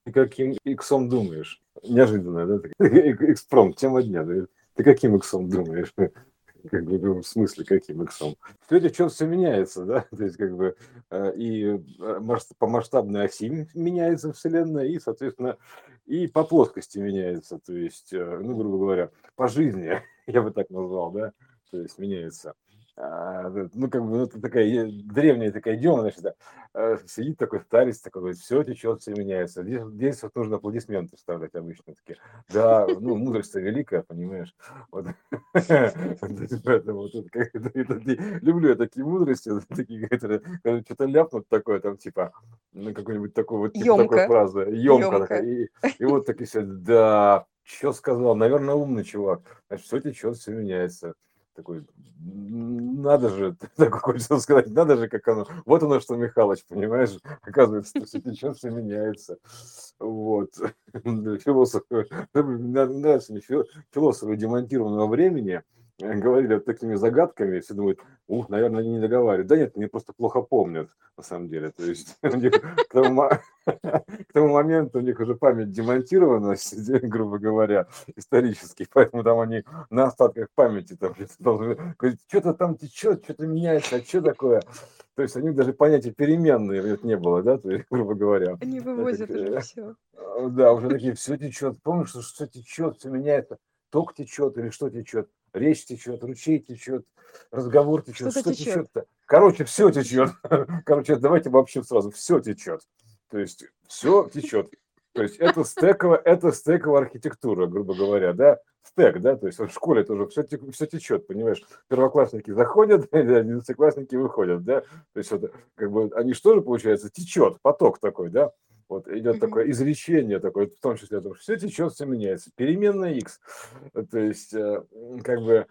каким иксом думаешь? Неожиданно, да? Экспромт, тема дня. Да? Ты каким иксом думаешь? Как бы, ну, в смысле, каким иксом? В свете чего все меняется, да? То есть, как бы, по масштабной оси меняется Вселенная, и, соответственно, и по плоскости меняется. То есть, ну, грубо говоря, по жизни, я бы так назвал, да? То есть, меняется. Ну, как бы, ну, это такая древняя такая идиома, значит, да, сидит такой старец, такой, говорит, все течет, все меняется. Здесь вот нужно аплодисменты вставлять обычно такие. Да, ну, мудрость-то великая, понимаешь. Вот. Поэтому люблю я такие мудрости, такие, которые что-то ляпнут такое, там, типа, ну, какой-нибудь такой вот, типа такой Емко, фразы, емко емко. такая, и вот такие все, да, что сказал, наверное, умный чувак, значит, все течет, все меняется. Такой, надо же, такой хочется сказать, надо же, как оно, вот оно что, Михалыч, понимаешь, оказывается, все течет, все меняется, вот, философы, нравится мне философы демонтированного времени, говорили вот такими загадками, все думают, наверное, они не договаривают. Да нет, они просто плохо помнят, на самом деле. То есть у них к тому моменту у них уже память демонтирована, грубо говоря, исторически, поэтому там они на остатках памяти там должны говорить, что-то там течет, что-то меняется, а что такое? То есть у них даже понятия переменные не было, да, то есть, грубо говоря. Они Это, вывозят уже все. да, уже такие, все течет, помнишь, что все течет, все меняется, ток течет или что течет, речь течет, ручей течет, разговор течет, Что-то что течет, течет-то? Короче, все что-то течет. течет. Короче, давайте вообще сразу, все течет. То есть все течет. То есть это стековая архитектура, грубо говоря, да, стек, да, то есть в школе тоже все течет, понимаешь, первоклассники заходят, одиннадцатиклассники выходят, да, то есть это, как бы, они что же, получается, течет, поток такой, да, вот идет Мгм. такое изречение, такое, в том числе, все течет, все меняется. Переменная x. То есть, как бы,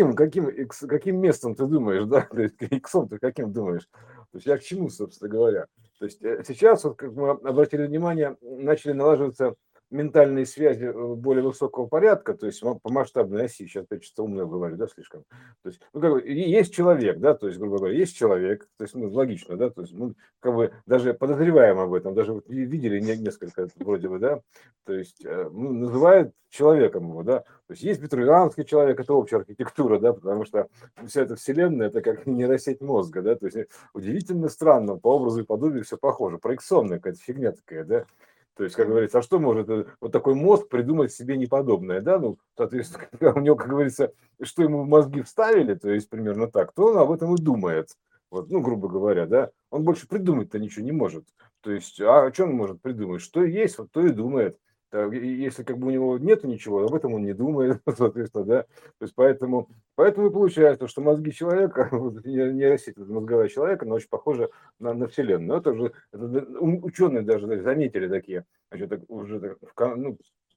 каким местом ты думаешь, да? То есть, иксом ты каким думаешь? То есть, я к чему, собственно говоря? То есть, сейчас, вот, как мы обратили внимание, начали налаживаться ментальные связи более высокого порядка, то есть по масштабной оси, сейчас я что-то умное говорю, да, слишком. То есть, ну, как бы, есть человек, да, то есть, грубо говоря, есть человек, то есть, ну, логично, да, то есть, мы как бы даже подозреваем об этом, даже вот видели несколько вроде бы, да, то есть, ну, называют человеком его, да, то есть петрувианский человек, это общая архитектура, да, потому что вся эта вселенная, это как нейросеть мозга, да, то есть удивительно странно, по образу и подобию все похоже, проекционная какая-то фигня такая, да, то есть, как Мгм. говорится, а что может вот такой мозг придумать себе неподобное, да, ну, соответственно, у него, как говорится, что ему в мозги вставили, то есть примерно так, то он об этом и думает, вот, ну, грубо говоря, да, он больше придумать-то ничего не может, то есть, а что он может придумать, что есть, вот то и думает, если как бы у него нет ничего, об этом он не думает, соответственно, да, то есть поэтому и получается, что мозги человека, вот, нейросеть, мозговая человека, она очень похожа на Вселенную. Это же ученые даже заметили такие, значит, уже так, ну,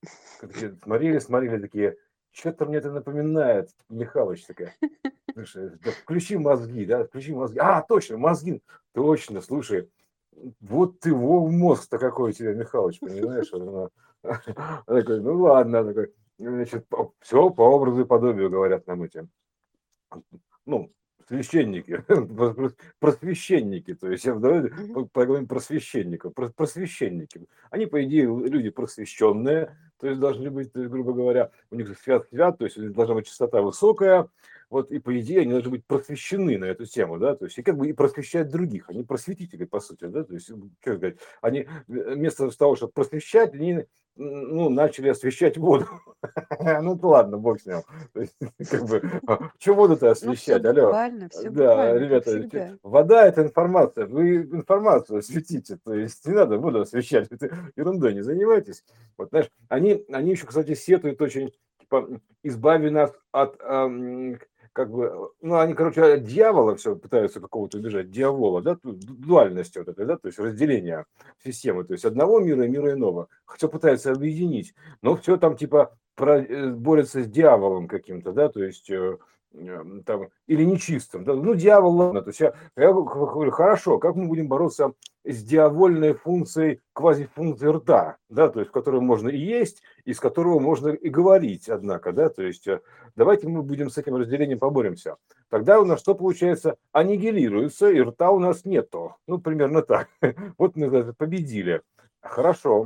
смотрели такие, что-то мне это напоминает, Михалыч такая. Слушай, да включи мозги, да, включи мозги. А, точно, мозги. Точно, слушай, вот ты мозг-то какой у тебя, Михалыч, понимаешь? Такой, ну ладно, такой, значит, все по образу и подобию говорят нам эти, ну, священники, просвященники, то есть давай Мгм. поговорим про священников, просвященники. Они, по идее, люди просвещенные, то есть должны быть, то есть, грубо говоря, у них свят, то есть должна быть частота высокая, вот, и по идее они должны быть просвещены на эту тему, да, то есть и как бы и просвещать других, они просветители, по сути, да, то есть, что сказать, они вместо того, чтобы просвещать, они, ну, начали освещать воду. Ну, ладно, бог с ним. То есть, как бы, что воду-то Ну, все освещать? Алло. буквально, все Да, буквально, как ребята, всегда. вода – это информация. Вы информацию осветите. То есть не надо воду освещать. Вы ерундой не занимайтесь. Вот, знаешь, они еще, кстати, сетуют очень, типа, избави нас от, как бы, ну, они, короче, от дьявола все пытаются какого-то убежать, дьявола, да, дуальности вот этой, да, то есть разделение системы, то есть одного мира и мира иного. Хотя пытаются объединить, но все там, типа, борется с дьяволом каким-то, да, то есть там, или нечистым. Да? Ну, дьявол, ладно. То есть я говорю, хорошо, как мы будем бороться с дьявольной функцией, квазифункцией рта, да, то есть в которой можно и есть, и с которого можно и говорить, однако, да, то есть давайте мы будем с этим разделением поборемся. Тогда у нас что получается? Аннигилируется, и рта у нас нету. Ну, примерно так. Вот мы победили. Хорошо.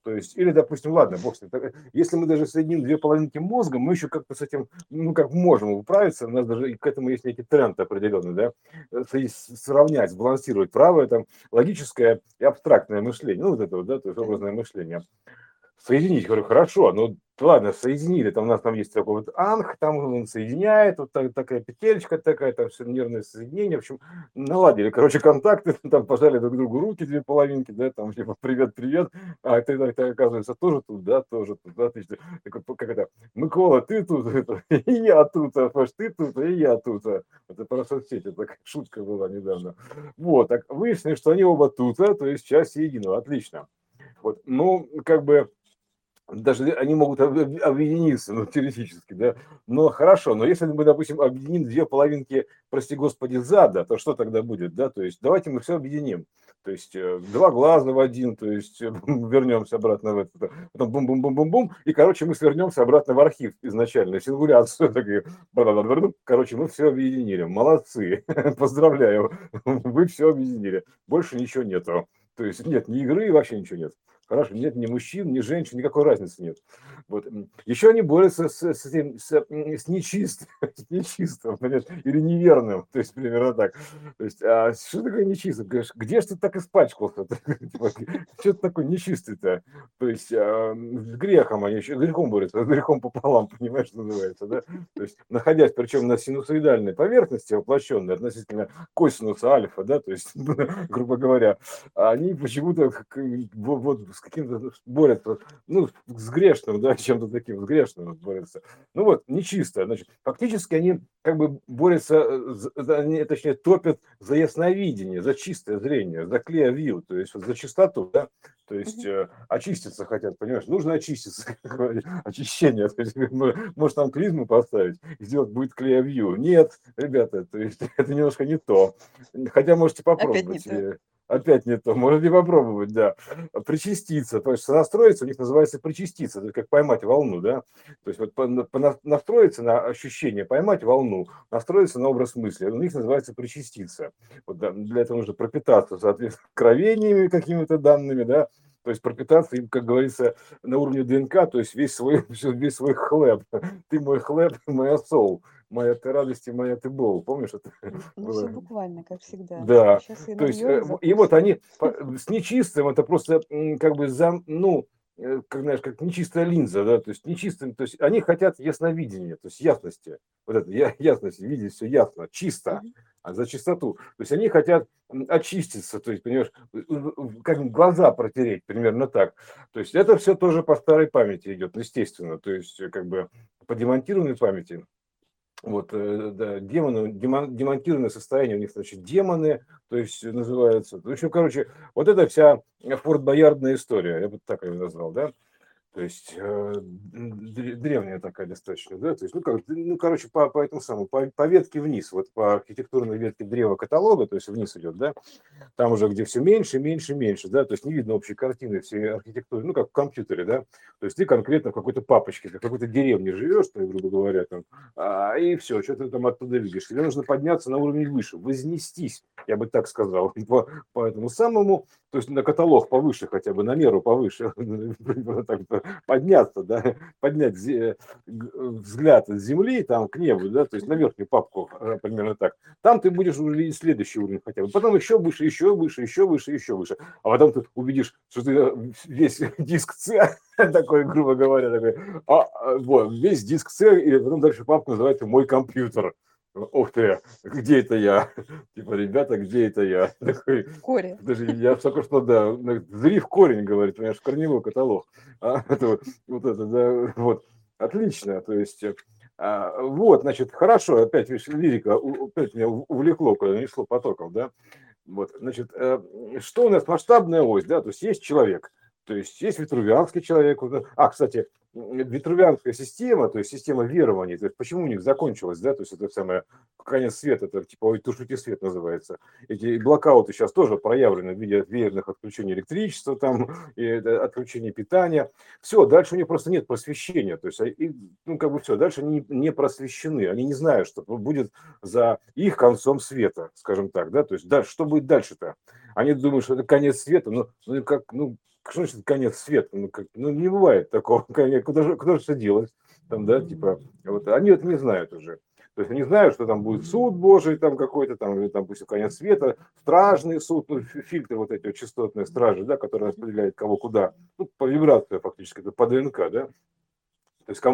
То есть, или, допустим, ладно, бог с ним, если мы даже соединим две половинки мозга, мы еще как-то с этим, ну, как можем управиться, у нас даже к этому есть некий тренд определенный, да, сравнять, сбалансировать правое, там, логическое и абстрактное мышление, ну, вот это вот, да, то есть образное мышление. Соединить, говорю, хорошо, ну ладно, соединили, там у нас там есть такой вот анх, там он соединяет, вот такая петелька такая, там все нервное соединение, в общем, наладили, короче, контакты, там пожали друг другу руки, две половинки, да, там типа привет, а ты оказывается тоже тут, да, отлично, так, как это, Микола, ты тут, это, и я тут, а Паш, ты тут, и я тут, это про соцсети, такая шутка была недавно, вот, так выяснилось, что они оба тут, то есть часть единого, отлично, вот, ну, как бы, даже они могут объединиться, ну, теоретически, да. Но хорошо, но если мы, допустим, объединим две половинки, прости господи, зада, то что тогда будет, да? То есть давайте мы все объединим. То есть два глаза в один, то есть вернемся обратно в это, потом бум-бум-бум-бум-бум, и, короче, мы свернемся обратно в архив изначально, сингуляцию, такие, короче, мы все объединили, молодцы, поздравляю, вы все объединили, больше ничего нету. То есть нет ни игры, вообще ничего нет. Хорошо, нет ни мужчин, ни женщин, никакой разницы нет. Вот. Еще они борются с нечистым, с нечистым, или неверным, то есть примерно так. То есть, что такое нечистым? Где же ты так испачкался? Что ты такой нечистый-то? То есть, с грехом они еще, с грехом борются, с грехом пополам, понимаешь, что называется, да? То есть, находясь, причем на синусоидальной поверхности, воплощенной относительно косинуса альфа, да, то есть, грубо говоря, они почему-то вот с каким-то борются, ну, с грешным, да, чем-то таким, с грешным борются. Ну вот, нечисто. Значит, фактически они как бы борются, они, точнее, топят за ясновидение, за чистое зрение, за clear view, то есть вот за чистоту, да, то есть очиститься хотят, понимаешь, нужно очиститься, очищение, то есть, может там клизму поставить, и сделать будет clear view. Нет, ребята, то есть это немножко не то. Хотя можете Опять не попробовать. то. Опять не то, можете попробовать, да. Причаститься, то есть сонастроиться у них называется причаститься, это как поймать волну, да. То есть вот настроиться на ощущение, поймать волну, настроиться на образ мысли, у них называется причаститься. Вот, да, для этого нужно пропитаться, соответственно, кровениями какими-то данными, да, то есть пропитаться им, как говорится, на уровне ДНК, то есть весь свой хлеб. Ты мой хлеб, моя сол, моя ты радость и моя ты бол. Помнишь это Ну, все было? буквально, как всегда. Да, Сейчас и то есть, нальем, и вот закусим. они с нечистым, это просто как бы ну, как знаешь, как нечистая линза, да, то есть нечистым, то есть они хотят ясновидения, то есть ясности, вот это ясности, видеть все ясно, чисто, Мгм. а за чистоту. То есть они хотят очиститься, то есть, понимаешь, как глаза протереть, примерно так. То есть это все тоже по старой памяти идет, естественно, то есть как бы по демонтированной памяти. Вот, да, демонтированное состояние у них, значит, демоны, то есть называются. В общем, короче, вот это вся форт-боярдная история, я бы так ее назвал, да. То есть древняя такая достаточно, да, то есть, ну, как, ну, короче, по этому самому, по ветке вниз, вот по архитектурной ветке древа каталога, то есть вниз идет, да, там уже где все меньше, меньше, меньше, да, то есть не видно общей картины всей архитектуры, ну, как в компьютере, да, то есть ты конкретно в какой-то папочке, в какой-то деревне живешь, ну, грубо говоря, там, и все, что ты там оттуда видишь. Тебе нужно подняться на уровень выше, вознестись, я бы так сказал, по этому самому, то есть на каталог повыше хотя бы, на меру повыше, подняться, да, поднять взгляд от земли там к небу, да, то есть на верхнюю папку, примерно так. Там ты будешь уже видеть следующий уровень хотя бы. Потом еще выше, еще выше, еще выше, еще выше. А потом ты увидишь, что ты весь диск С, такой, грубо говоря, такой, вот, весь диск С, и потом дальше папка называется «Мой компьютер». Ух ты, где это я? Типа, ребята, где это я? Такой, Коре. даже я только что, да, зри в корень, говорит, понимаешь, в корневой каталог. Это, вот это, да, вот, отлично, то есть, вот, значит, хорошо, опять, видишь, лирика, опять меня увлекло, когда несло потоком, да, вот, значит, что у нас масштабная ось, да, то есть человек, то есть ветрувианский человек, кстати, ветрувианская система, то есть система верований, то есть почему у них закончилась, да, то есть это самое, конец света, это типа ой, тушите свет называется. Эти блокауты сейчас тоже проявлены в виде веерных отключений электричества, там, и отключения питания. Все, дальше у них просто нет просвещения, то есть, ну, как бы все, дальше они не просвещены, они не знают, что будет за их концом света, скажем так, да, то есть дальше, что будет дальше-то? Они думают, что это конец света, ну как, ну, что значит конец света? Ну, ну не бывает такого. Куда же все делать? Там, да, типа, вот они это не знают уже. То есть они знают, что там будет суд Божий, там какой-то, там, или там, пусть конец света, стражный суд, ну, фильтры вот эти вот частотные стражи, да, которые распределяют кого куда. Ну, по вибрации фактически, это по ДНК, да. То есть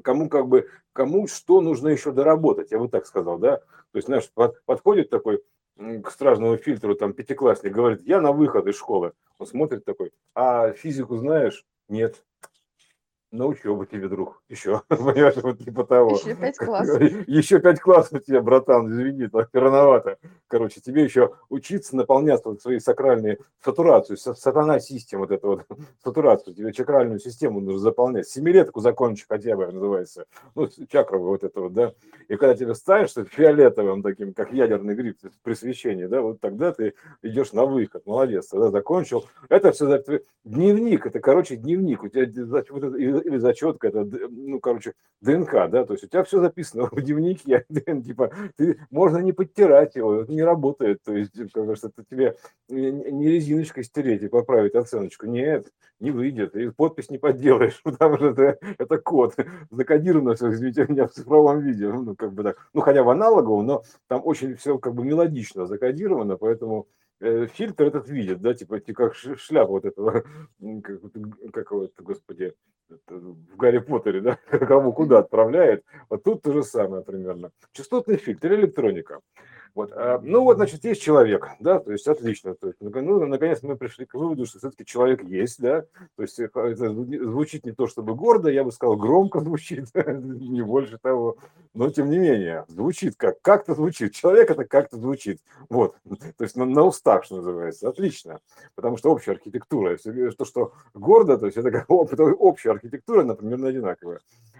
кому что нужно еще доработать, я бы так сказал, да. То есть, знаешь, подходит такой к стражному фильтру, там, пятиклассник, говорит, я на выход из школы. Он смотрит такой, а физику знаешь? Нет. На учебу тебе, друг, еще, понимаешь, вот типа того. Еще 5 классов. Еще 5 классов тебе, братан, извини, так рановато. Короче, тебе еще учиться наполняться вот свои сакральные сатурацию, сатана-систем, вот эту вот сатурацию, тебе чакральную систему нужно заполнять. Семилетку закончи хотя бы, называется, ну, чакровую вот это вот, да. И когда тебе станешь фиолетовым таким, как ядерный гриб при свечении, да, вот тогда ты идешь на выход, молодец, тогда закончил. Это все дневник, это, короче, дневник, у тебя или зачетка, это, ну, короче, ДНК, да, то есть у тебя все записано в дневнике, типа, можно не подтирать его, это не работает, то есть, кажется, это тебе не резиночкой стереть и поправить оценочку, нет, не выйдет, и подпись не подделаешь, потому что это код, закодировано все, извините меня, в цифровом виде, ну, как бы так, ну, хотя в аналоговом, но там очень все как бы мелодично закодировано, поэтому фильтр этот видит, да, типа как шляпа вот этого, как вот, господи, в Гарри Поттере, да, кому куда отправляет. Вот тут то же самое примерно. Частотный фильтр, электроника. Вот, ну вот, значит, есть человек, да, то есть отлично, то есть, ну, наконец мы пришли к выводу, что все-таки человек есть, да, то есть это звучит не то чтобы гордо, я бы сказал, громко звучит, не больше того, но тем не менее, звучит как-то звучит, человек это как-то звучит, вот, то есть на устах, что называется, отлично, потому что общая архитектура, если то, что гордо, то есть это как общая архитектура, например, одинаковая,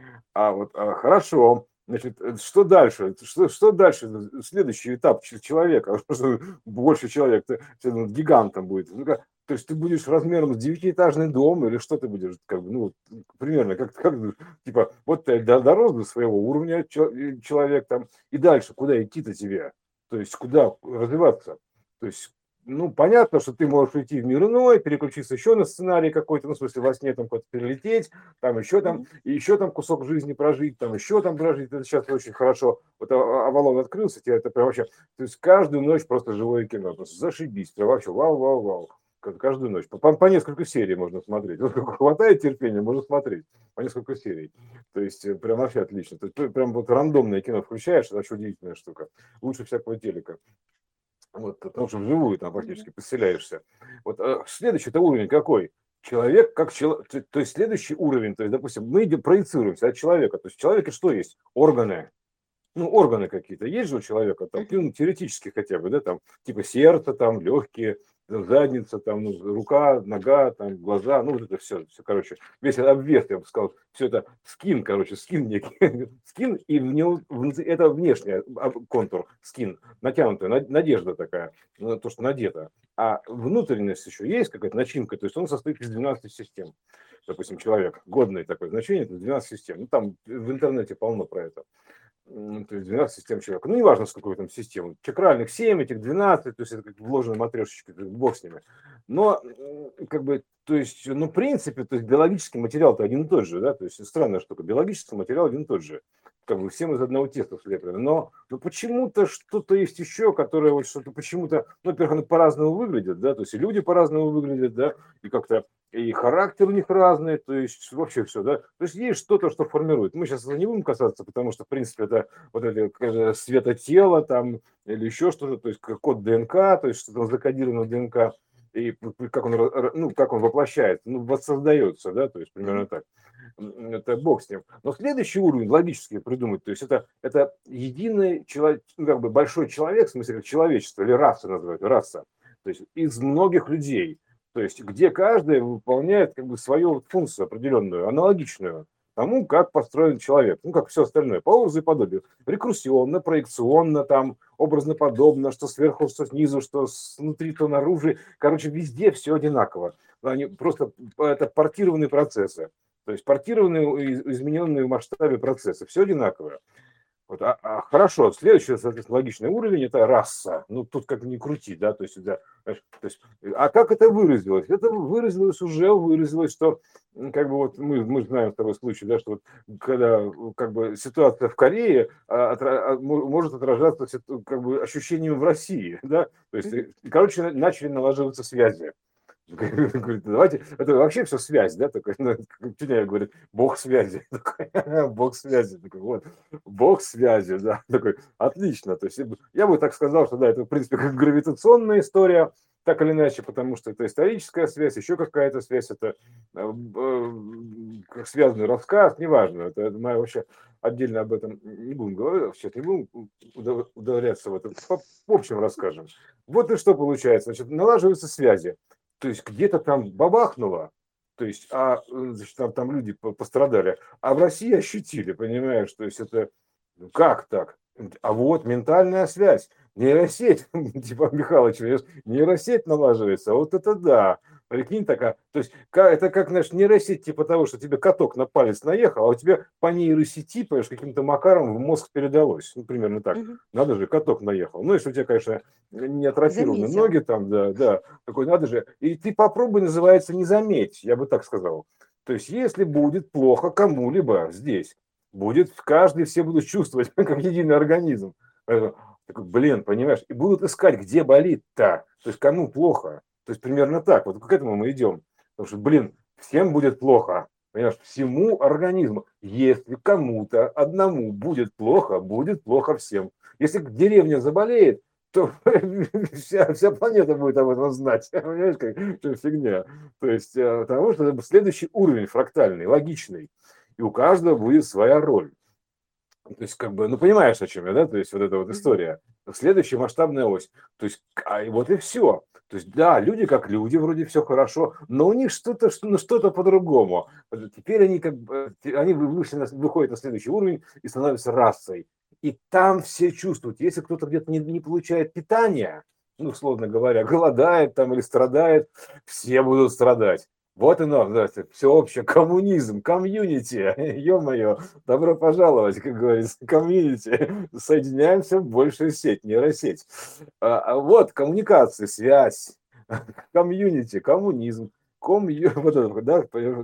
хорошо. Значит, что дальше? Что дальше? Следующий этап человека, больше человек, ты гигантом будет. То есть ты будешь размером с девятиэтажный дом, или что ты будешь, как бы, ну, примерно, как типа, вот ты дорос до своего уровня человек там, и дальше куда идти-то тебе? То есть куда развиваться? То есть ну, понятно, что ты можешь уйти в мир иной, переключиться еще на сценарий какой-то, ну, в смысле, во сне там куда-то перелететь, там еще там, и еще там кусок жизни прожить, там еще там прожить. Это сейчас очень хорошо. Вот Авалон открылся, тебе это прям вообще, то есть каждую ночь просто живое кино, просто зашибись, прям вообще вау-вау-вау. Каждую ночь. По несколько серий можно смотреть. Вот как хватает терпения, можно смотреть по несколько серий. То есть прям вообще отлично. То есть прям вот рандомное кино включаешь, это вообще удивительная штука. Лучше всякого телека. Вот, потому что вживую там практически поселяешься. Вот следующий-то уровень какой? Человек как человек, то есть следующий уровень, то есть, допустим, мы проецируемся от человека. То есть в человеке что есть? Органы. Ну, органы какие-то есть же у человека, там, ну, теоретически хотя бы, да, там, типа сердце, там, легкие, задница, там, ну, рука, нога, там, глаза, ну, вот это все, короче, весь обвес, я бы сказал, все это скин, короче, скин некий, скин, и это внешний контур, скин, натянутая, надежда такая, ну, то, что надето, а внутренность еще есть какая-то начинка, то есть он состоит из 12 систем, допустим, человек, годное такое значение, это 12 систем, ну, там в интернете полно про это. То есть 12 систем человека. Ну, неважно, сколько там систем. Чакральных 7, этих 12, то есть это как вложенная матрешечка, бог с ними. Но, как бы, то есть, ну, в принципе, то есть биологический материал-то один и тот же, да, то есть странная штука. Биологический материал один и тот же. Как бы всем из одного теста слеплены. Но почему-то что-то есть еще, которое вот что-то почему-то, ну, во-первых, оно по-разному выглядит, да, то есть и люди по-разному выглядят, да, и как-то и характер у них разный, то есть вообще все, да. То есть есть что-то, что формирует. Мы сейчас не будем касаться, потому что, в принципе, это вот это светотело там или еще что-то, то есть код ДНК, то есть что-то закодировано в ДНК, и как он, ну, как он воплощается, ну, воссоздается, да, то есть примерно так. Это бог с ним. Но следующий уровень логически придумать, то есть это единый человек, ну, как бы большой человек, в смысле как человечество, или раса называют, раса, то есть из многих людей, то есть где каждый выполняет как бы свою функцию определенную, аналогичную тому, как построен человек, ну, как все остальное, по образу и подобию. Рекурсионно, проекционно, там, образно-подобно, что сверху, что снизу, что снутри, то наружу. Короче, везде все одинаково. Они просто, это портированные процессы. То есть портированные, измененные в масштабе процессы. Все одинаковое. Вот, хорошо, следующий, соответственно, логичный уровень – это раса. Ну, тут как ни крути, да, то есть, да, то есть, а как это выразилось? Это выразилось, что как бы вот мы знаем второй случай, да, что вот когда как бы ситуация в Корее может отражаться как бы ощущением в России, да, то есть, Мгм. короче, начали налаживаться связи. Говорит, давайте, это вообще все связь, да, такой, ну, учитель говорит, бог связи, такой, бог связи, такой, вот, бог связи, да, такой, отлично, то есть я бы так сказал, что да, это в принципе как гравитационная история, так или иначе, потому что это историческая связь, еще какая-то связь, это как связанный рассказ, неважно, это мы вообще отдельно об этом не будем говорить, сейчас не будем ударяться в это, в общем расскажем. Вот и что получается, значит, налаживаются связи, то есть где-то там бабахнуло, то есть, значит, там люди пострадали, а в России ощутили, понимаешь, то есть это ну, как так? А вот ментальная связь, нейросеть, типа Михалыч, нейросеть налаживается, вот это да. Прикинь, такая, то есть это как, знаешь, нейросеть типа того, что тебе каток на палец наехал, а у тебя по нейросети, понимаешь, каким-то макаром в мозг передалось. Ну, примерно так. Мгм. Надо же, каток наехал. Ну, если у тебя, конечно, не атрофированы Заметил. ноги там, да, да, такой надо же. И ты попробуй, называется, не заметь, я бы так сказал. То есть, если будет плохо кому-либо здесь, будет каждый, все будут чувствовать, как единый организм. Поэтому, такой, блин, понимаешь, и будут искать, где болит-то, то есть кому плохо. То есть примерно так, вот к этому мы идем. Потому что, блин, всем будет плохо, понимаешь, всему организму. Если кому-то одному будет плохо всем. Если деревня заболеет, то вся планета будет об этом знать. Понимаешь, как что фигня. То есть, потому что это следующий уровень фрактальный, логичный. И у каждого будет своя роль. То есть, как бы, ну, понимаешь, о чем я, да? То есть, вот эта вот Мгм. история. Следующая масштабная ось. То есть, и вот и все. То есть, да, люди как люди, вроде все хорошо, но у них что-то по-другому. Теперь они как бы, они выходят на следующий уровень и становятся расой. И там все чувствуют, если кто-то где-то не получает питания, ну, условно говоря, голодает там или страдает, все будут страдать. Вот и нам, да, всеобщий коммунизм, комьюнити, ё-моё, добро пожаловать, как говорится, комьюнити. Соединяемся в большую сеть, нейросеть. Вот коммуникация, связь, комьюнити, коммунизм, вот это, вот, да,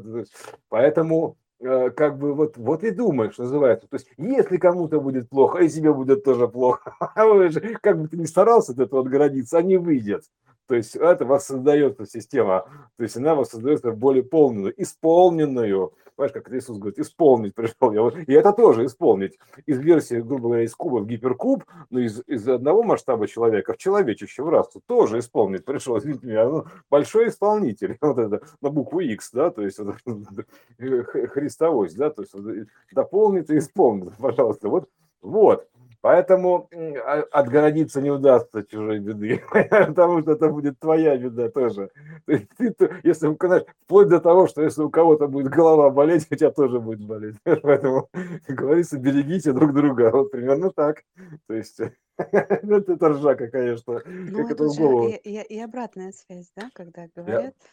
поэтому как бы вот и думаешь, называется. То есть, если кому-то будет плохо, и тебе будет тоже плохо, как бы ты ни старался от этого отгородиться, а не выйдет. То есть это воссоздается система, то есть она воссоздается более полную, исполненную. Понимаешь, как Иисус говорит, исполнить пришел я. И это тоже исполнить. Из версии, грубо говоря, из куба в гиперкуб, но из одного масштаба человека в человечище, в расу, тоже исполнить пришел. Извините меня, ну, большой исполнитель. Вот это, на букву X, да, то есть вот, Христовось, да, то есть вот, дополнит и исполнит, пожалуйста. Вот. Поэтому отгородиться не удастся чужой беды, потому что это будет твоя беда тоже. Если, знаешь, вплоть до того, что если у кого-то будет голова болеть, у тебя тоже будет болеть. Поэтому, как говорится, берегите друг друга. Вот примерно так. То есть, это ржака, конечно, Ну, как а это тут в же голову. и обратная связь, да, когда Я- говорят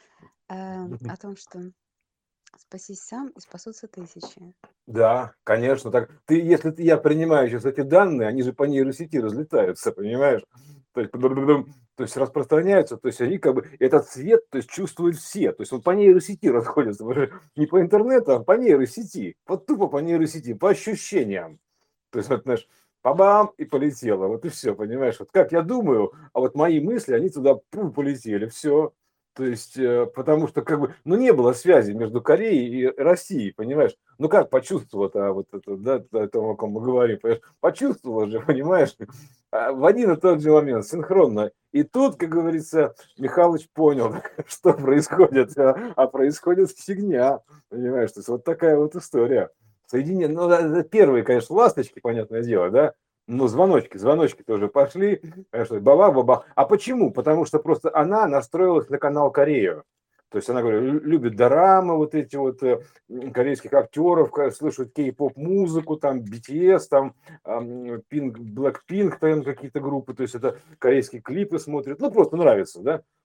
о том, что спасись сам и спасутся тысячи. Да, конечно, так. Если я принимаю сейчас эти данные, они же по нейросети разлетаются, понимаешь? То есть, то есть распространяются, то есть они как бы этот свет, то есть чувствуют все, то есть он по нейросети расходится, не по интернету, а по нейросети, вот тупо по нейросети, по ощущениям. То есть, вот, знаешь, бам и полетело, вот и все, понимаешь? Вот как я думаю, а вот мои мысли, они туда полетели, все. То есть, потому что как бы, ну не было связи между Кореей и Россией, понимаешь? Ну как почувствовала-то вот это, да, о том, о ком мы говорим, понимаешь? Почувствовала же, понимаешь? В один и тот же момент, синхронно. И тут, как говорится, Михалыч понял, что происходит, а происходит фигня, понимаешь? То есть вот такая вот история. Соединение, ну, это первые, конечно, ласточки, понятное дело, да, но звоночки тоже пошли, конечно, баба-баба. А почему? Потому что просто она настроилась на канал Корею. То есть она, говорю, любит дорамы, вот эти вот корейских актеров, слышат кей-поп музыку, там BTS, там Blackpink, там какие-то группы, то есть это корейские клипы смотрят, ну просто нравится, да.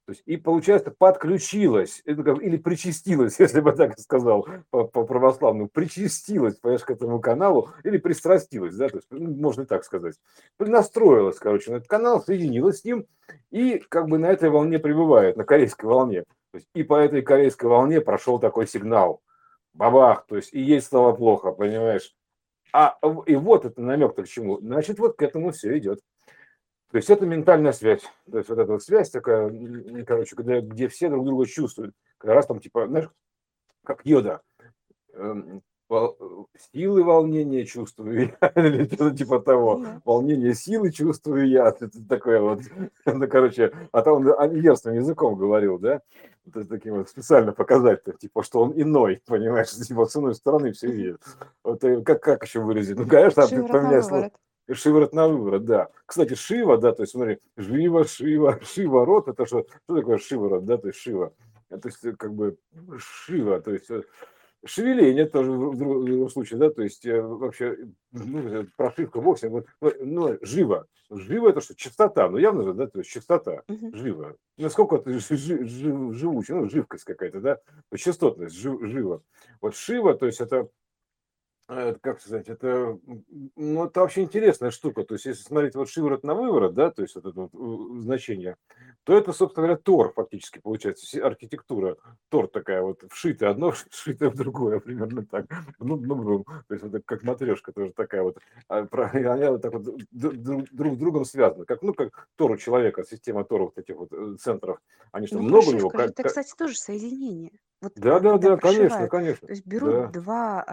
То есть, и, получается, подключилась, или причастилась, если бы так сказал, по православному, причастилась, понимаешь, к этому каналу, или пристрастилась, да, то есть, можно и так сказать. Настроилась, короче, на этот канал, соединилась с ним, и как бы на этой волне пребывает, на корейской волне. То есть, и по этой корейской волне прошел такой сигнал. Бабах, то есть, и ей стало плохо, понимаешь. И вот это намек-то к чему. Значит, вот к этому все идет. То есть это ментальная связь. То есть вот эта вот связь такая, короче, где все друг друга чувствуют. Как раз там, типа, знаешь, как йода. эм, Силы волнения чувствую я, или что-то типа того. Да. Волнение силы чувствую я. Это такое вот, ну, короче, а там он верственным языком говорил, да? То есть таким вот специально показать, типа, что он иной, понимаешь, типа, с иной стороны все видят. Вот как еще выразить? Ну, конечно, Шиворот на поменять слово. выворот. Шиворот на выворот, да. Кстати, Шива, да, то есть смотри, Жива, Шива, Шиворот, это что такое Шиворот, да, то есть Шива. То есть как бы Шива, то есть шевеление тоже в другом случае, да, то есть вообще прошивка вовсе, ну, живо. Живо это что, частота, ну явно же, да, то есть частота, Мгм. живо. Насколько это живучее, ну, живкость какая-то, да, то есть частотность, живо. Вот Шива, то есть это как сказать, ну, это вообще интересная штука. То есть, если смотреть вот шиворот на выворот, да, то есть вот это вот значение, то это, собственно говоря, Тор фактически получается, архитектура. Тор такая вот вшитая одно, вшитая в другое, примерно так. Ну, то есть, это как матрешка тоже такая вот. И они вот так вот друг с другом связаны. Как Тор у человека, система Тора вот этих вот центров. Они что, Ну, много у него? прошивка же это, кстати, тоже соединение. Вот Да, да, когда да, конечно, прошивают, конечно. то есть берут Да,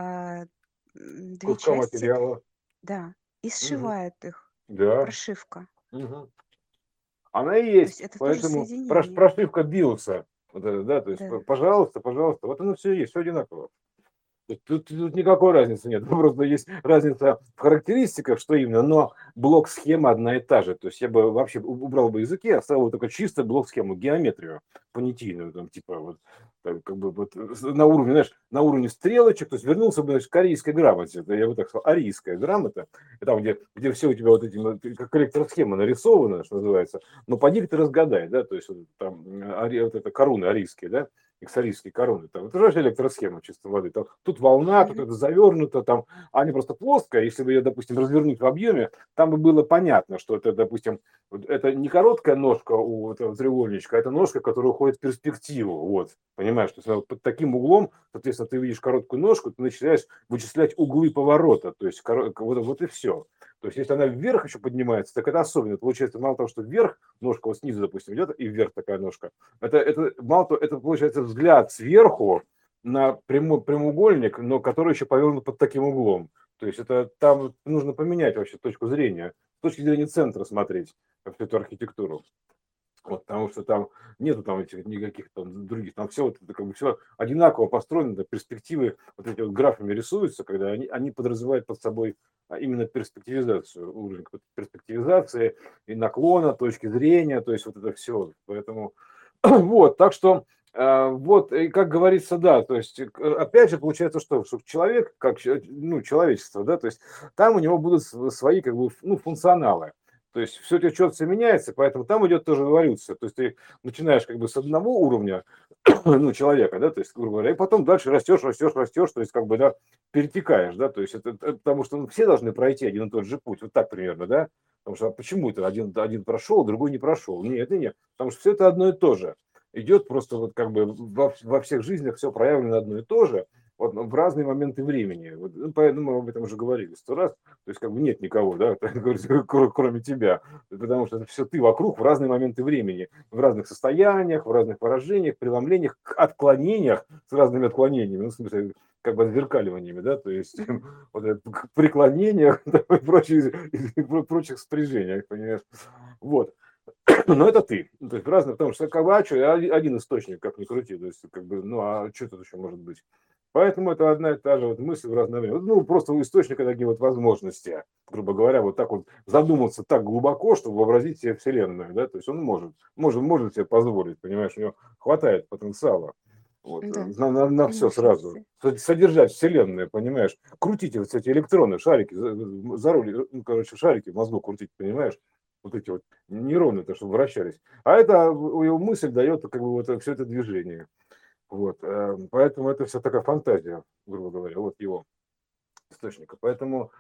две куска части, материала. да, и Мгм. сшивают их. Да. Прошивка. Мгм. Она и То есть. есть это тоже Поэтому соединение. прошивка биоса. Вот это, да, то есть, Да. пожалуйста, пожалуйста, вот оно все есть, все одинаково. Тут никакой разницы нет. Просто есть разница в характеристиках, что именно, но блок-схема одна и та же. То есть я бы вообще убрал бы языки, оставил только чисто блок-схему, геометрию понятийную, там, типа, вот, как бы вот на уровне, знаешь, на уровне стрелочек, то есть вернулся бы, значит, к арийской грамоте. Это я бы так сказал, арийская грамота, и там, где все у тебя вот этим, как электросхема нарисована, что называется, но поди ты разгадай, да, то есть вот, там, вот это короны арийские, да, иксарийские короны. Там, это же электросхема чистой воды. Там, тут волна, тут Мгм. это завернуто, там, а не просто плоская. Если бы ее, допустим, развернуть в объеме, там бы было понятно, что это, допустим, это не короткая ножка у этого треугольничка, а это ножка, которая уходит в перспективу. Вот, понимаешь, то есть под таким углом, соответственно, ты видишь короткую ножку, ты начинаешь вычислять углы поворота, то есть вот и все. То есть, если она вверх еще поднимается, так это особенно. Получается, мало того, что вверх, ножка вот снизу, допустим, идет, и вверх такая ножка, это мало того, это получается взгляд сверху на прямоугольник, но который еще повернут под таким углом. То есть это там нужно поменять вообще точку зрения, с точки зрения центра смотреть всю эту архитектуру. Вот, потому что там нету там этих никаких там других, там все вот это как бы все одинаково построено, да, перспективы вот эти вот графами рисуются, когда они подразумевают под собой именно перспективизацию, уровень какой-то перспективизации и наклона, точки зрения, то есть вот это все. Поэтому вот, так что вот, и как говорится, да, то есть, опять же, получается, что человек, ну, человечество, да, то есть, там у него будут свои, как бы, ну, функционалы. То есть, все течет, все меняется, поэтому там идет тоже эволюция. То есть, ты начинаешь, как бы, с одного уровня, ну, человека, да, то есть, грубо говоря, и потом дальше растешь, растешь, растешь, то есть, как бы, да, перетекаешь, да, то есть, это потому что все должны пройти один и тот же путь, вот так примерно, да, потому что почему это один прошел, другой не прошел? Нет, нет, потому что все это одно и то же идет просто вот как бы во всех жизнях все проявлено одно и то же, вот, в разные моменты времени. Вот, ну, поэтому мы об этом уже говорили 100 раз. То есть как бы нет никого, да, кроме тебя. Потому что это все ты вокруг в разные моменты времени, в разных состояниях, в разных выражениях, преломлениях, отклонениях с разными отклонениями, ну, в смысле, как бы отзеркаливаниями, да, то есть Мгм. вот это, преклонениях и прочих спряжениях, понимаешь. Вот. Но это ты. То есть разные, потому что Кавачо один источник, как ни крути. То есть, как бы, ну а что тут еще может быть? Поэтому это одна и та же вот мысль в разное время. Ну, просто у источника такие вот возможности, грубо говоря, вот так вот задуматься так глубоко, чтобы вообразить себе Вселенную, да, то есть он может себе позволить, понимаешь, у него хватает потенциала вот, Да, на все сразу. мощности. Содержать Вселенную, понимаешь, крутите вот эти электроны, шарики, за руль, ну, короче, шарики в мозгу крутить, понимаешь, вот эти вот нейроны, то, что вращались. А это его мысль дает как бы вот все это движение. Вот, поэтому это вся такая фантазия, грубо говоря, вот его источника. Поэтому,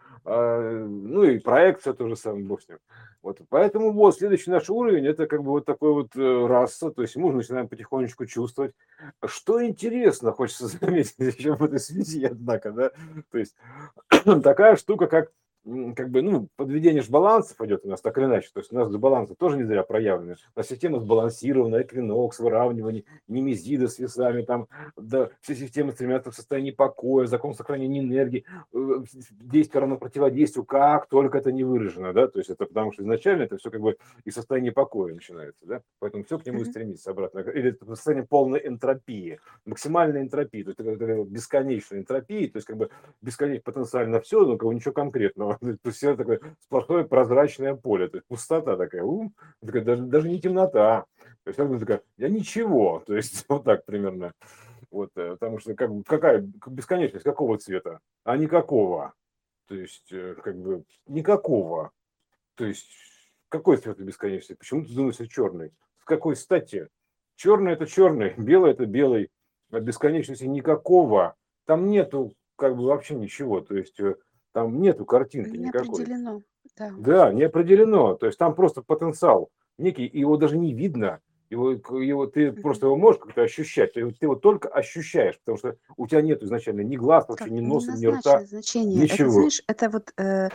ну и проекция тоже самое, бог с ним. Вот, поэтому вот следующий наш уровень, это как бы вот такой вот раса, то есть мы уже начинаем потихонечку чувствовать. Что интересно, хочется заметить еще в этой связи, однако, да, то есть такая штука, как бы, ну, подведение ж балансов идет у нас так или иначе. То есть у нас балансы тоже не зря проявлены. У нас система сбалансирована, эквинокс, выравнивание, немезида с весами, там, да, все системы стремятся в состоянии покоя, закон сохранения энергии, действие равно противодействию, как только это не выражено, да, то есть это потому что изначально это все как бы из состояния покоя начинается, да, поэтому все к нему и Мгм. стремится обратно. Или это состояние полной энтропии, максимальной энтропии, то есть это бесконечной энтропии, то есть как бы бесконечно потенциально все, но как бы ничего конкретного. То есть все такое сплошное прозрачное поле, то есть пустота такая, такая даже не темнота. То есть как бы такая, я ничего, то есть вот так примерно. Вот, потому что как, какая бесконечность какого цвета? А никакого. То есть как бы никакого. То есть какой цвет бесконечности? Почему ты думаешь, черный? С какой стати? Черный это черный, белый это белый. А бесконечности никакого. Там нету как бы вообще ничего. То есть там нету картинки Не никакой. определено, да. Да, не определено. То есть там просто потенциал некий, его даже не видно. Его ты Мгм. просто его можешь как-то ощущать. Ты его только ощущаешь, потому что у тебя нет изначально ни глаз, вообще Как ни не носа, ни рта, назначено значение. Это, ничего. знаешь, это вот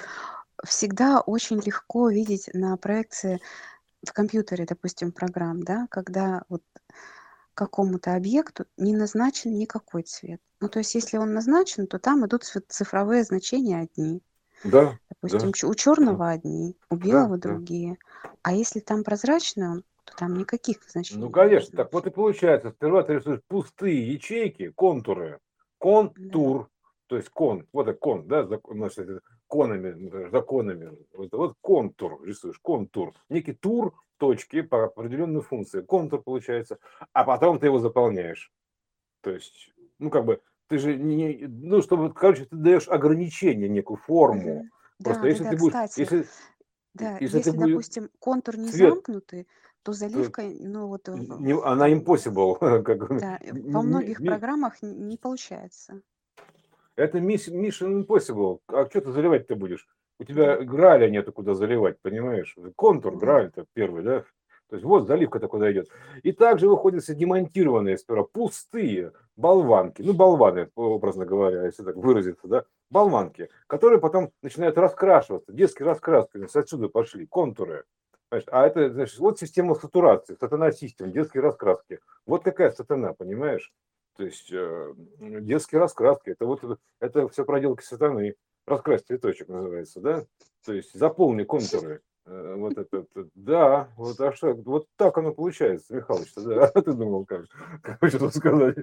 всегда очень легко видеть на проекции в компьютере, допустим, программ, да, когда вот какому-то объекту не назначен никакой цвет. Ну, то есть, если он назначен, то там идут цифровые значения одни. Да, Допустим, да, у черного одни, у да, белого да. другие. А если там прозрачный он, то там никаких Ну, значений не конечно, нужно так вот вообще. и получается. Сперва ты рисуешь пустые ячейки, контуры, Да. контур, то есть кон, вот это кон, да, значит, это конами, например, законами. Вот контур рисуешь, контур. Некий тур точки по определенной функции. Контур получается, а потом ты его заполняешь. То есть, ну, как бы, ты же ну, чтобы, короче, ты даешь ограничение, некую форму. Мгм. Просто Да, да, если да. ты будешь, Кстати, да, если ты если, будешь допустим, контур не цвет, замкнутый, то то заливка, ну вот она там, impossible, как да, во многих программах не получается. это Mission Impossible. А что ты заливать-то будешь? У Да, тебя граля нету куда заливать, понимаешь? Контур, да. граль-то первый, да? То есть вот заливка-то куда идет. И также выходят все демонтированные сперва, пустые болванки, ну болваны, образно говоря, если так выразиться, да, болванки, которые потом начинают раскрашиваться, детские раскраски, отсюда пошли, контуры. Понимаешь? А это, значит, вот система сатурации, сатана систем, детские раскраски. Вот какая сатана, понимаешь? То есть детские раскраски, это вот это все проделки сатаны. Раскрась цветочек называется, да? То есть заполни контуры. Вот это, да, вот, а что, вот так оно получается, Михалыч, да, а ты думал, как что сказать?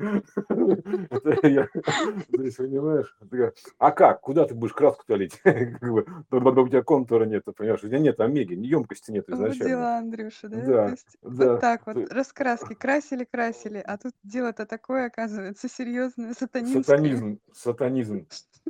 Это я, то есть, понимаешь, а как, куда ты будешь краску-то лить? Как бы, у тебя контура нет, понимаешь, у тебя нет омеги, емкости нет Вот изначально. дела, Андрюша, да? То Да, есть вот да, так вот раскраски красили, а тут дело-то такое, оказывается, серьезное, сатанинское. сатанизм.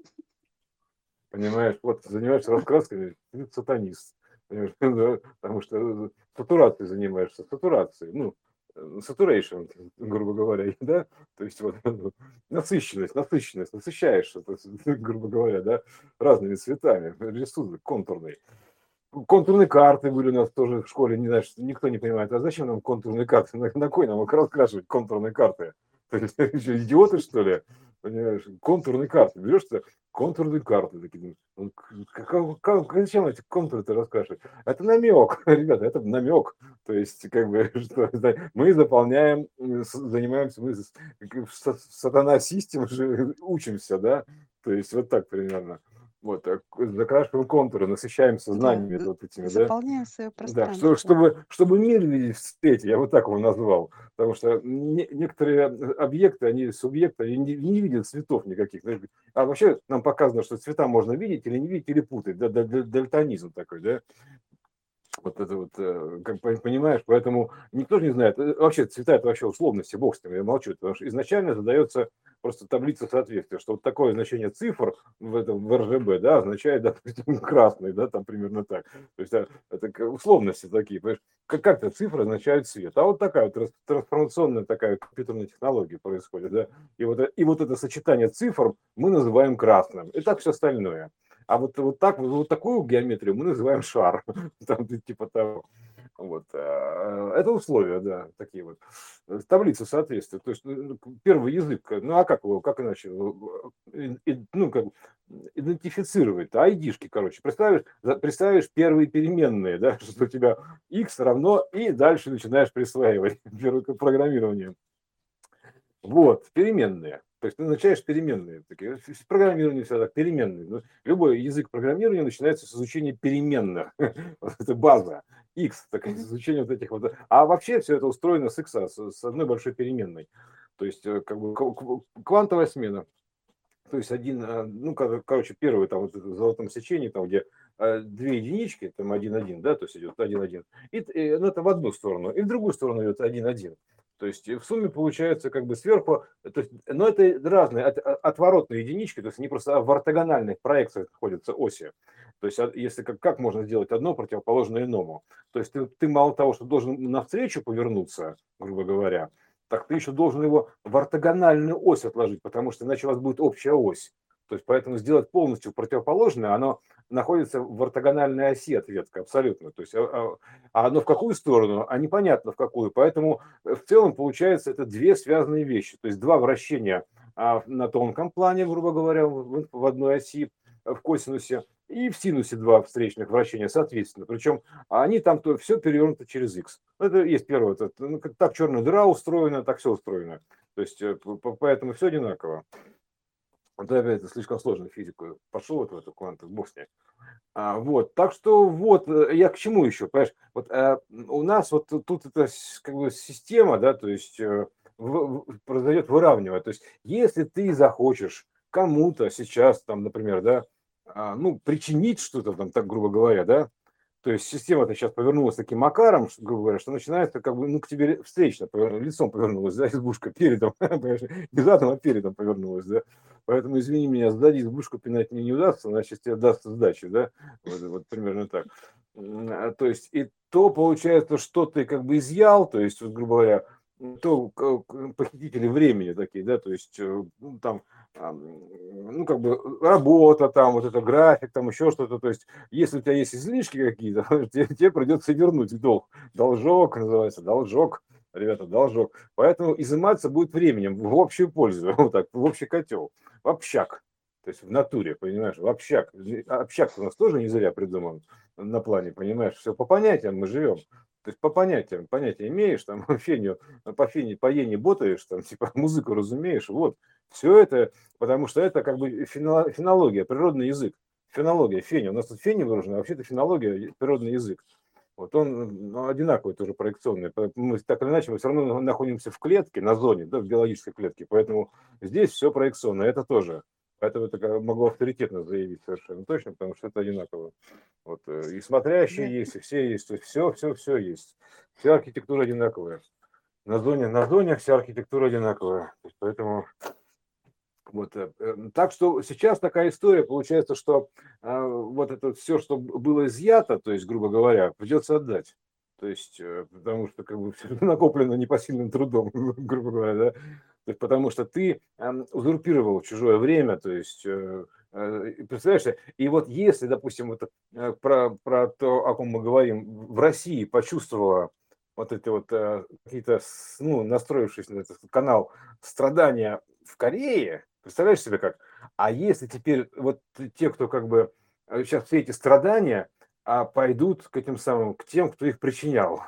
Понимаешь, вот занимаешься раскрасками, ты сатанист. Понимаешь, да, потому что сатурацией занимаешься, сатурацией, ну, saturation, грубо говоря, да, то есть вот насыщенность, насыщаешься, то есть, грубо говоря, да, разными цветами, рисунок контурный. Контурные карты были у нас тоже в школе, не знаю, никто не понимает, а зачем нам контурные карты, на кой нам их раскрашивать, контурные карты? То есть, что, идиоты, что ли? Понимаешь, контурные карты, берешь ты контурные карты, такие, ну, зачем эти контуры-то раскрашивать? Это намек, ребята, это намек, то есть, как бы, что мы заполняем, занимаемся, мы сатана систем же учимся, да, то есть, вот так примерно. Вот, закрашиваем контуры, насыщаемся Да, знаниями вот этими, да. заполняем свое Да, пространство. чтобы мир видеть в цвете, я вот так его назвал. Потому что некоторые объекты, они субъекты, они не видят цветов никаких. А вообще нам показано, что цвета можно видеть или не видеть, или путать. Дальтонизм такой, да. Вот это вот, как понимаешь, поэтому никто же не знает. Вообще цвета это вообще условности, бог с ним, я молчу. Потому что изначально задается просто таблица соответствия, что вот такое значение цифр в РЖБ, да, означает, допустим, красный, да, там примерно так. То есть это условности такие, понимаешь, как-то цифры означают цвет. А вот такая вот трансформационная такая компьютерная технология происходит, да. И вот это сочетание цифр мы называем красным. И так все остальное. А вот такую геометрию мы называем шар. Там, типа того. Вот. Это условия, да, такие вот. Таблица соответствия. То есть первый язык, ну а как его, как иначе, ну как идентифицировать? Айдишки, короче. Представишь первые переменные, да, что у тебя x равно, и дальше начинаешь присваивать первое программирование. Вот, переменные. То есть ты назначаешь переменные. Такие. Программирование всегда так, переменные. Ну, любой язык программирования начинается с изучения переменных. Это база. X, так, изучение вот этих вот. А вообще все это устроено с X, с одной большой переменной. То есть как бы квантовая смена. То есть ну, короче, первый там вот в золотом сечении, там, где две единички, там 1,1, да, то есть идет 1,1, ну, это в одну сторону, и в другую сторону идет 1,1. То есть в сумме получается как бы сверху, то есть, но это разные отворотные единички, то есть они просто в ортогональных проекциях находятся оси. То есть если как можно сделать одно противоположное иному. То есть ты мало того, что должен навстречу повернуться, грубо говоря, так ты еще должен его в ортогональную ось отложить, потому что иначе у вас будет общая ось. То есть поэтому сделать полностью противоположное, оно находится в ортогональной оси ответка, абсолютно. То есть, оно в какую сторону, а непонятно в какую. Поэтому в целом получается это две связанные вещи. То есть два вращения на тонком плане, грубо говоря, в одной оси, в косинусе, и в синусе два встречных вращения, соответственно. Причем они там то все перевернуто через x. Это есть первое. Ну, так черная дыра устроена, так все устроено. То есть поэтому все одинаково. Вот опять это слишком сложную физику пошел вот в эту кванту, бог с ней. Вот, так что вот, я к чему еще, понимаешь, вот у нас вот тут это как бы система, да, то есть произойдет выравнивание, то есть если ты захочешь кому-то сейчас там, например, да, ну, причинить что-то там, так грубо говоря, да, то есть система-то сейчас повернулась таким макаром, грубо говоря, что начинается как бы, ну, к тебе встречно, лицом повернулась, да, избушка, передом, не задом, а передом повернулась, да. Поэтому, извини меня, сзади избушку пинать мне не удастся, значит, тебе дастся сдачи, да, вот примерно так. То есть, и то получается, что ты как бы изъял, то есть, вот, грубо говоря, то похитители времени такие, да, то есть, ну, там, ну, как бы работа, там, вот это график, там, еще что-то, то есть, если у тебя есть излишки какие-то, тебе придется вернуть долг. Должок называется, должок, ребята, должок. Поэтому изыматься будет временем в общую пользу, вот так, в общий котел, в общак. То есть в натуре, понимаешь, в общак. Общак у нас тоже не зря придуман на плане, понимаешь, все по понятиям мы живем. То есть по понятиям, понятия имеешь, там, по фене ботаешь, там, типа, музыку разумеешь, вот. Все это, потому что это как бы фенология, природный язык. Фенология, феня. У нас тут феня выражена, а вообще-то фенология, природный язык. Вот он одинаковый тоже проекционный. Мы так или иначе мы все равно находимся в клетке, на зоне, да, в биологической клетке. Поэтому здесь все проекционно, это тоже. Поэтому это могу авторитетно заявить совершенно точно, потому что это одинаково. Вот, и смотрящие есть, и все есть, то есть все есть. Вся архитектура одинаковая. На зоне вся архитектура одинаковая. Поэтому вот, так что сейчас такая история, получается, что вот это все, что было изъято, то есть, грубо говоря, придется отдать. То есть, потому что как бы все накоплено непосильным трудом, грубо говоря, да. То есть, потому что ты узурпировал чужое время, то есть, представляешь, и вот если, допустим, вот, про то, о ком мы говорим, в России почувствовала вот эти вот какие-то, ну, настроившись на этот канал страдания в Корее, представляешь себе как? А если теперь вот те, кто как бы сейчас все эти страдания пойдут к этим самым, к тем, кто их причинял.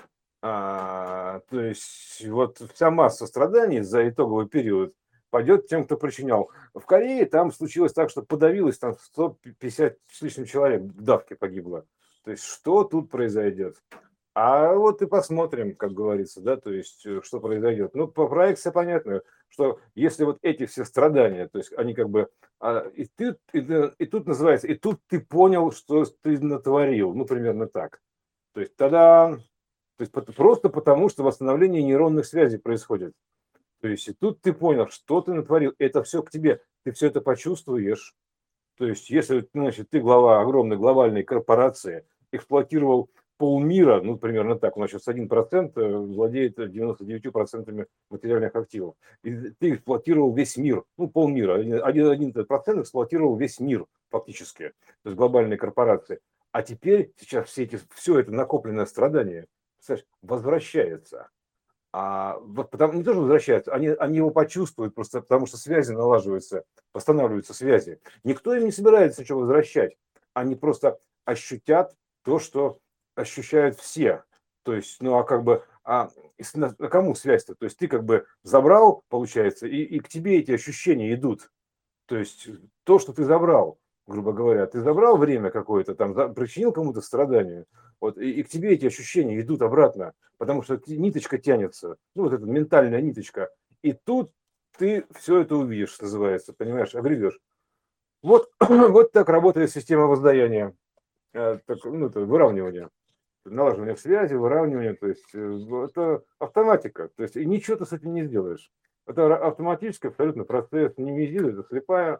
То есть вот вся масса страданий за итоговый период пойдет тем, кто причинял. В Корее там случилось так, что подавилось там 150 с лишним человек в давке погибло. То есть что тут произойдет? А вот и посмотрим, как говорится, да, то есть что произойдет. Ну, по проекции понятно, что если вот эти все страдания, то есть они как бы, и тут называется, и тут ты понял, что ты натворил, ну, примерно так. То есть тогда, то есть просто потому, что восстановление нейронных связей происходит. То есть и тут ты понял, что ты натворил, это все к тебе, ты все это почувствуешь. То есть если, значит, ты глава огромной глобальной корпорации, эксплуатировал полмира, ну, примерно так, у нас сейчас 1% владеет 99% материальных активов. И ты эксплуатировал весь мир, ну, полмира, 1% эксплуатировал весь мир фактически, то есть глобальные корпорации. А теперь, сейчас все это накопленное страдание, представляешь, возвращается. А вот потому, не то, что возвращаются, они его почувствуют просто потому, что связи налаживаются, восстанавливаются связи. Никто им не собирается ничего возвращать. Они просто ощутят то, что ощущают все. То есть, ну а как бы, кому связь-то? То есть ты как бы забрал, получается, и к тебе эти ощущения идут. То есть то, что ты забрал, грубо говоря, ты забрал время какое-то, там, причинил кому-то страдание, вот, и к тебе эти ощущения идут обратно, потому что ниточка тянется, ну, вот эта ментальная ниточка, и тут ты все это увидишь, что называется, понимаешь, огребешь. Вот, вот так работает система воздаяния, ну, это выравнивание, налаживание связи, выравнивание, то есть это автоматика, то есть и ничего ты с этим не сделаешь. Это автоматический абсолютно процесс, не визит, это слепая.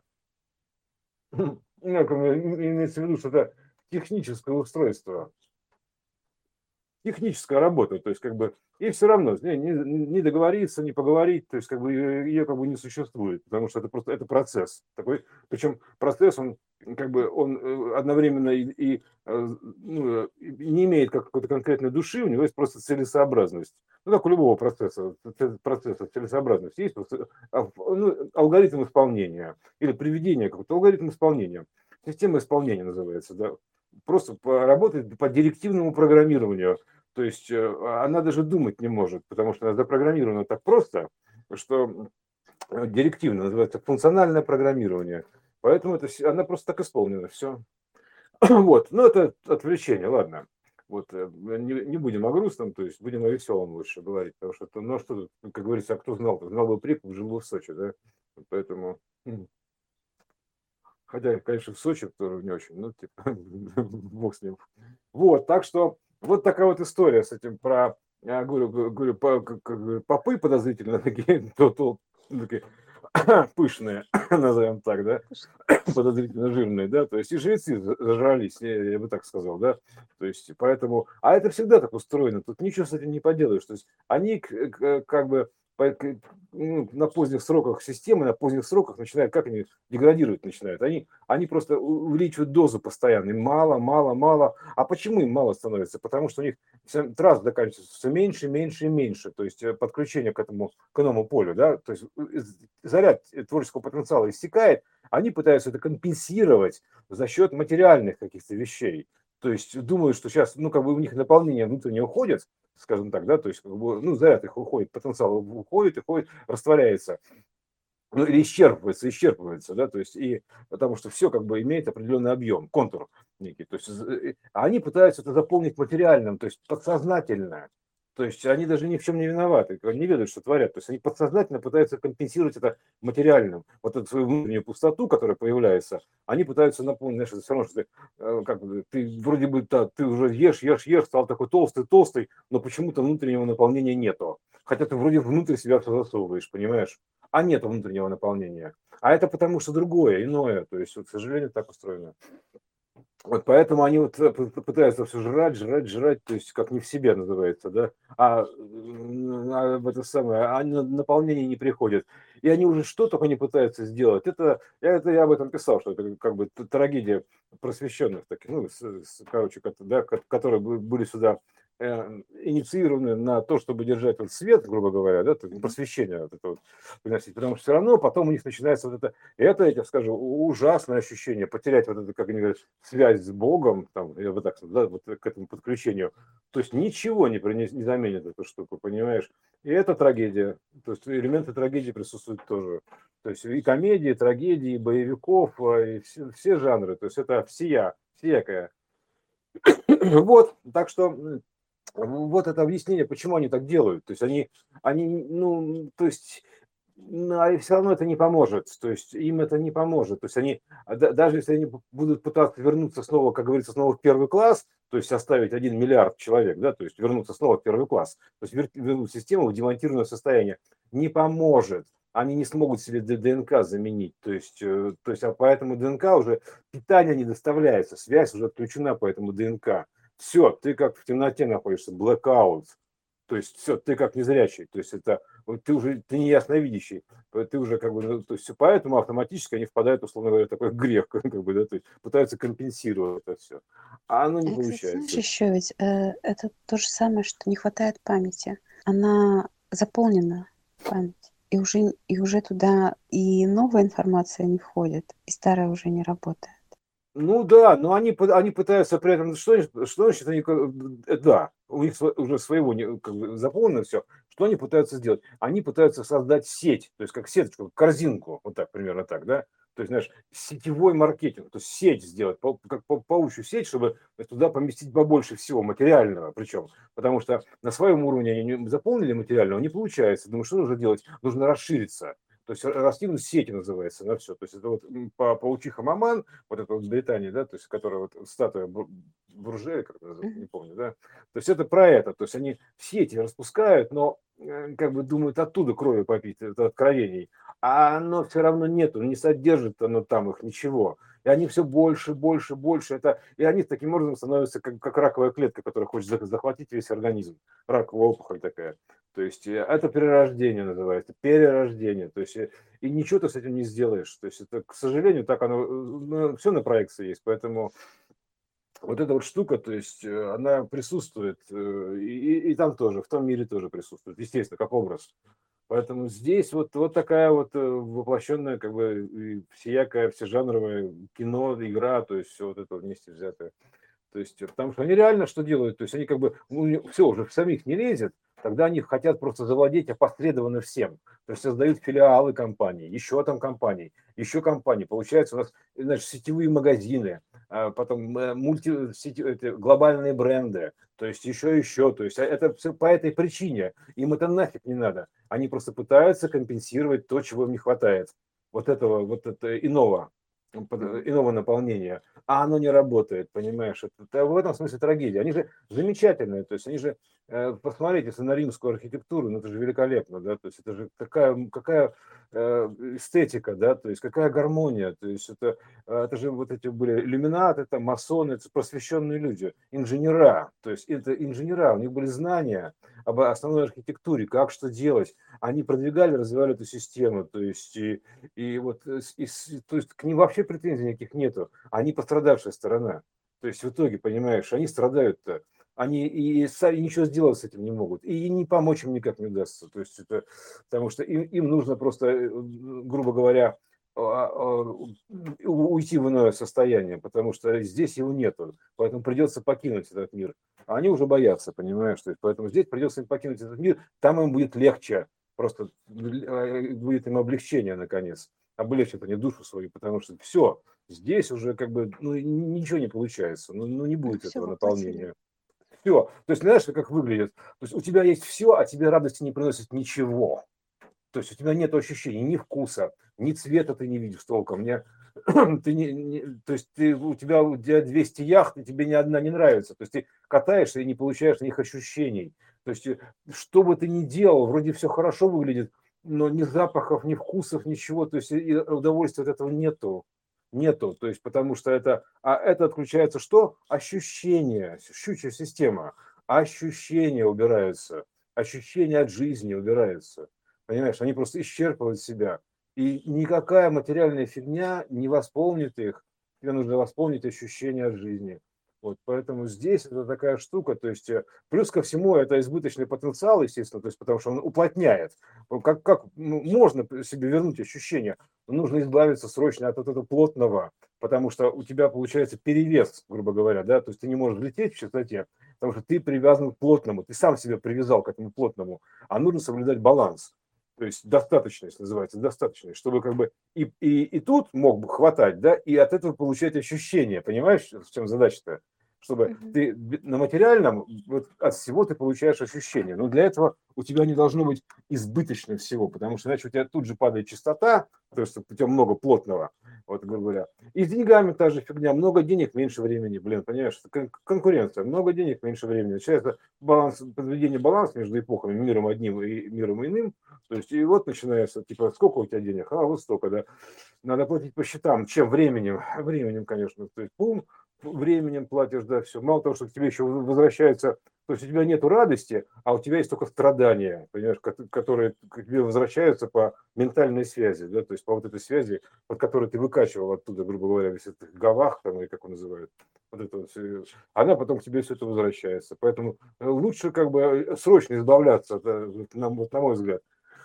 Ну, как бы имеется в виду, что это техническое устройство, техническая работа, то есть как бы и все равно не договориться, не поговорить, то есть как бы ее как бы не существует, потому что это просто это процесс такой, причем процесс он как бы он одновременно ну, и не имеет какой-то конкретной души, у него есть просто целесообразность. Ну, как у любого процесса целесообразность есть просто ну, алгоритм исполнения или приведение какого-то алгоритм исполнения. Система исполнения называется, да. Просто работает по директивному программированию. То есть она даже думать не может, потому что она запрограммирована так просто, что директивно называется функциональное программирование. Поэтому она просто так исполнена. Все. Вот. Ну, это отвлечение, ладно. Вот, не будем о грустном, то есть будем о веселом лучше говорить, потому что, ну, что тут, как говорится, а кто знал, знал бы Прикуп, жил бы в Сочи, да, поэтому, хотя, конечно, в Сочи тоже не очень, ну, типа, бог с ним. Вот, так что, вот такая вот история с этим про, я говорю, попы подозрительно такие, такие пышные, назовем так, да, подозрительно жирные, да, то есть и жрецы зажрались, я бы так сказал, да, то есть поэтому, а это всегда так устроено, тут ничего с этим не поделаешь, то есть они как бы ну, на поздних сроках системы, на поздних сроках начинают, как они деградировать начинают, они просто увеличивают дозу постоянно, им мало, мало, мало, а почему им мало становится? Потому что у них трасс заканчивается все меньше, меньше и меньше, то есть подключение к иному полю, да, то есть заряд творческого потенциала иссякает, они пытаются это компенсировать за счет материальных каких-то вещей. То есть думают, что сейчас, ну, как бы у них наполнение внутреннее уходит, скажем так, да, то есть, как бы, ну, заряд их уходит, потенциал уходит, растворяется, ну, или исчерпывается, да, то есть, и потому что все как бы имеет определенный объем, контур некий, то есть, а они пытаются это заполнить материальным, то есть, подсознательно, то есть, они даже ни в чем не виноваты, они не ведают, что творят, то есть, они подсознательно пытаются компенсировать это материальным, вот эту свою внутреннюю пустоту, которая появляется, они пытаются наполнить, знаешь, это все равно, что как бы, ты вроде бы, ты уже ешь, стал такой толстый, но почему-то внутреннего наполнения нету, хотя ты вроде внутрь себя все засовываешь, понимаешь? А нет внутреннего наполнения. А это потому что другое, иное. То есть, вот, к сожалению, так устроено. Вот поэтому они вот пытаются все жрать, то есть как не в себе называется, да, в это самое, они на наполнение не приходят. И они уже что только не пытаются сделать. Я об этом писал, что это как бы трагедия просвещенных таких, ну, короче, да, которые были сюда инициированы на то, чтобы держать вот свет, грубо говоря, да, просвещение вот это вот приносить, потому что все равно потом у них начинается вот это, я тебе скажу, ужасное ощущение, потерять вот это, как они говорят, связь с Богом, там, я бы так сказал, да, вот к этому подключению, то есть ничего не заменит эту штуку, понимаешь, и это трагедия, то есть элементы трагедии присутствуют тоже, то есть и комедии, и трагедии, и боевиков, и все жанры, то есть это всеякое. Вот, так что вот это объяснение, почему они так делают. То есть ну, то есть, все равно это не поможет. То есть им это не поможет. То есть даже если они будут пытаться вернуться снова, как говорится, снова в первый класс, то есть составить 1 миллиард человек, да, то есть вернуться снова в первый класс, то есть вернуть систему в демонтированное состояние, не поможет. Они не смогут себе ДНК заменить, а поэтому ДНК уже, питание не доставляется, связь уже отключена по этому ДНК. Все, ты как в темноте находишься, blackout, то есть все, ты как незрячий, то есть это вот ты не ясновидящий, ты уже как бы, то есть поэтому автоматически они впадают, условно говоря, в такой грех, как бы, да, то есть пытаются компенсировать это все, а оно не Кстати, знаешь, получается. еще ведь это то же самое, что не хватает памяти. Она заполнена, память. И уже туда и новая информация не входит, и старая уже не работает. Ну да, но они пытаются при этом, что значит они, да, у них уже своего как бы заполнено все, что они пытаются сделать? Они пытаются создать сеть, то есть как сеточку, корзинку, вот так, примерно так, да, то есть, знаешь, сетевой маркетинг, то есть сеть сделать, как паучью сеть, чтобы туда поместить побольше всего материального, причем, потому что на своем уровне они не заполнили материального, не получается. Думаю, что нужно делать? Нужно расшириться. То есть раскинуть сети называется на все. То есть это вот паучиха Маман, вот это вот в Британии, да, то есть которая вот статуя Бурже, как не помню, да. То есть это про это. То есть они сети распускают, но как бы думают оттуда крови попить, это откровений. А оно все равно нету, не содержит оно там их ничего. И они все больше, больше, больше. И они таким образом становятся как раковая клетка, которая хочет захватить весь организм. Раковая опухоль такая. То есть это перерождение называется, перерождение. То есть и ничего ты с этим не сделаешь. То есть это, к сожалению, так оно, все на проекции есть. Поэтому вот эта вот штука, то есть она присутствует, и там тоже, в том мире тоже присутствует, естественно, как образ. Поэтому здесь вот такая вот воплощенная, как бы, всеякая, всежанровая кино, игра, то есть все вот это вместе взятое. То есть, потому что они реально что делают? То есть они как бы, все, уже в самих не лезет, тогда они хотят просто завладеть опосредованно всем. То есть создают филиалы компаний, еще там компаний, еще компаний. Получается у нас, значит, сетевые магазины, потом глобальные бренды, то есть еще. То есть это все по этой причине. Им это нафиг не надо. Они просто пытаются компенсировать то, чего им не хватает. Вот этого, вот это иного наполнения, а оно не работает, понимаешь? Это в этом смысле трагедия. Они же замечательные, то есть они же, посмотрите на римскую архитектуру, ну это же великолепно, да, то есть это же какая эстетика, да, то есть какая гармония, то есть это же вот эти были иллюминаты, там, масоны, это просвещенные люди, инженера, то есть это инженера, у них были знания об основной архитектуре, как что делать, они продвигали, развивали эту систему, то есть и вот то есть к ним вообще претензий никаких нету. Они пострадавшая сторона. То есть в итоге, понимаешь, они страдают-то. Они и сами ничего сделать с этим не могут. И не помочь им никак не удастся. То есть это, потому что им нужно просто, грубо говоря, уйти в иное состояние, потому что здесь его нету. Поэтому придется покинуть этот мир. А они уже боятся, понимаешь? То есть, поэтому здесь придется им покинуть этот мир, там им будет легче. Просто будет им облегчение, наконец. Облегчит они душу свою, потому что все, здесь уже как бы ничего не получается, не будет Все этого воплотили. наполнения. Все. То есть, знаешь, как выглядит? То есть у тебя есть все, а тебе радости не приносит ничего. То есть у тебя нет ощущений ни вкуса, ни цвета ты не видишь толком. То есть у тебя 200 яхт, и тебе ни одна не нравится. То есть ты катаешься и не получаешь них ощущений. То есть что бы ты ни делал, вроде все хорошо выглядит, но ни запахов, ни вкусов, ничего. То есть и удовольствия от этого нету. Нету. То есть потому что это отключается что? Ощущение, щучья система. Ощущения убираются. Ощущения от жизни убираются. Понимаешь, они просто исчерпывают себя. И никакая материальная фигня не восполнит их. Тебе нужно восполнить ощущения от жизни. Вот, поэтому здесь это такая штука, то есть плюс ко всему это избыточный потенциал, естественно, то есть потому что он уплотняет. Как можно себе вернуть ощущение? Нужно избавиться срочно от этого плотного, потому что у тебя получается перевес, грубо говоря, да, то есть ты не можешь лететь в частоте, потому что ты привязан к плотному, ты сам себя привязал к этому плотному, а нужно соблюдать баланс. То есть достаточность называется, достаточность, чтобы как бы и тут мог бы хватать, да, и от этого получать ощущение, понимаешь, в чем задача-то? Чтобы Мгм. ты на материальном, вот от всего ты получаешь ощущение. Но для этого у тебя не должно быть избыточно всего, потому что иначе у тебя тут же падает частота, то есть у тебя много плотного, вот, грубо говоря. И с деньгами та же фигня. Много денег, меньше времени, блин, понимаешь? Конкуренция. Много денег, меньше времени. Начинается подведение баланса между эпохами, миром одним и миром иным. То есть, и вот начинается, типа, сколько у тебя денег? А, вот столько, да. Надо платить по счетам. Чем временем? Временем, конечно. То есть, пум, временем платишь, да, все. Мало того, что к тебе еще возвращается, то есть у тебя нету радости, а у тебя есть только страдания, понимаешь, которые к тебе возвращаются по ментальной связи, да, то есть по вот этой связи, под которой ты выкачивал оттуда, грубо говоря, весь этот гавах, там, или как он называют, вот это вот всё, она потом к тебе все это возвращается. Поэтому лучше как бы срочно избавляться, вот на мой взгляд.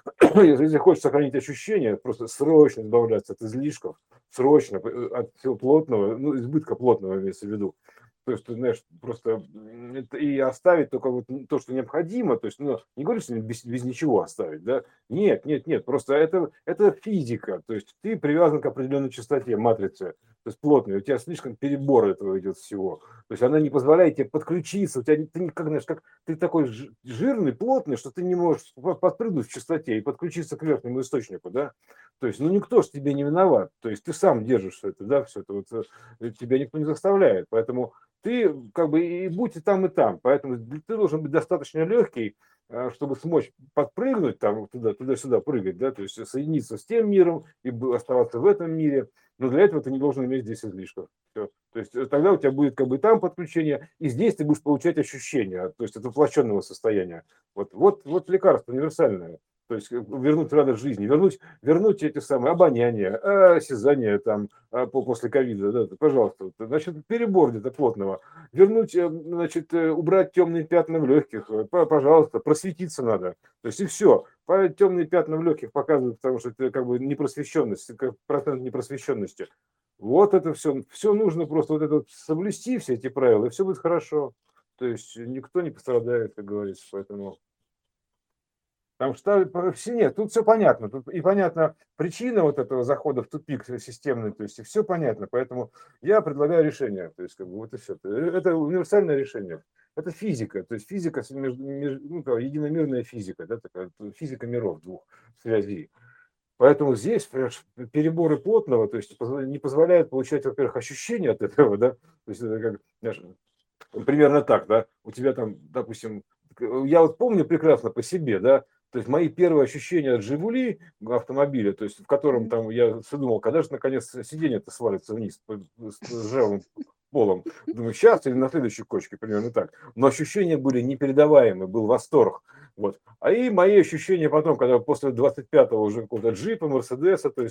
Если хочешь сохранить ощущение, просто срочно избавляться от излишков, срочно от всего плотного, ну, избытка плотного имеется в виду. То есть, ты знаешь, просто и оставить только вот то, что необходимо, то есть, ну, не говорю, что без ничего оставить, да, нет, нет, нет, просто это физика, то есть ты привязан к определенной частоте матрицы, то есть плотной, у тебя слишком перебор этого идет всего, то есть она не позволяет тебе подключиться, у тебя, ты как, знаешь, как ты такой жирный, плотный, что ты не можешь подпрыгнуть в частоте и подключиться к верхнему источнику, да, то есть, ну, никто же тебе не виноват, то есть ты сам держишь все это, да, все это вот, тебя никто не заставляет, поэтому ты как бы и будь и там. Поэтому ты должен быть достаточно легкий, чтобы смочь подпрыгнуть там туда-сюда прыгать, да, то есть соединиться с тем миром и оставаться в этом мире. Но для этого ты не должен иметь здесь излишков. Все. То есть тогда у тебя будет как бы там подключение, и здесь ты будешь получать ощущения, то есть от воплощенного состояния. Вот лекарство универсальное. То есть вернуть радость жизни, вернуть эти самые обоняние, осязание там после ковида, да, пожалуйста, значит, перебор где-то плотного, вернуть, значит, убрать темные пятна в легких, пожалуйста, просветиться надо, то есть и все, темные пятна в легких показывают, потому что это как бы непросвещенность, как процент непросвещенности, вот это все нужно просто вот это вот соблюсти все эти правила, и все будет хорошо, то есть никто не пострадает, как говорится, поэтому... Потому что все нет, тут все понятно. Тут и понятна причина вот этого захода в тупик системный, то есть и все понятно. Поэтому я предлагаю решение. То есть как бы вот и все. Это универсальное решение. Это физика, то есть физика, ну, единомерная физика, да, такая физика миров двух связей. Поэтому здесь, понимаешь, переборы плотного, то есть не позволяют получать, во-первых, ощущения от этого, да, то есть это как, знаешь, примерно так, да, у тебя там, допустим, я вот помню прекрасно по себе, да, то есть мои первые ощущения от «Жигули» автомобиля, то есть в котором там я все думал, когда же наконец сиденье-то свалится вниз с ржавым полом. Думаю, сейчас или на следующей кочке, примерно так. Но ощущения были непередаваемые, был восторг. Вот. А и мои ощущения потом, когда после 25-го уже какого-то джипа, Мерседеса, то есть,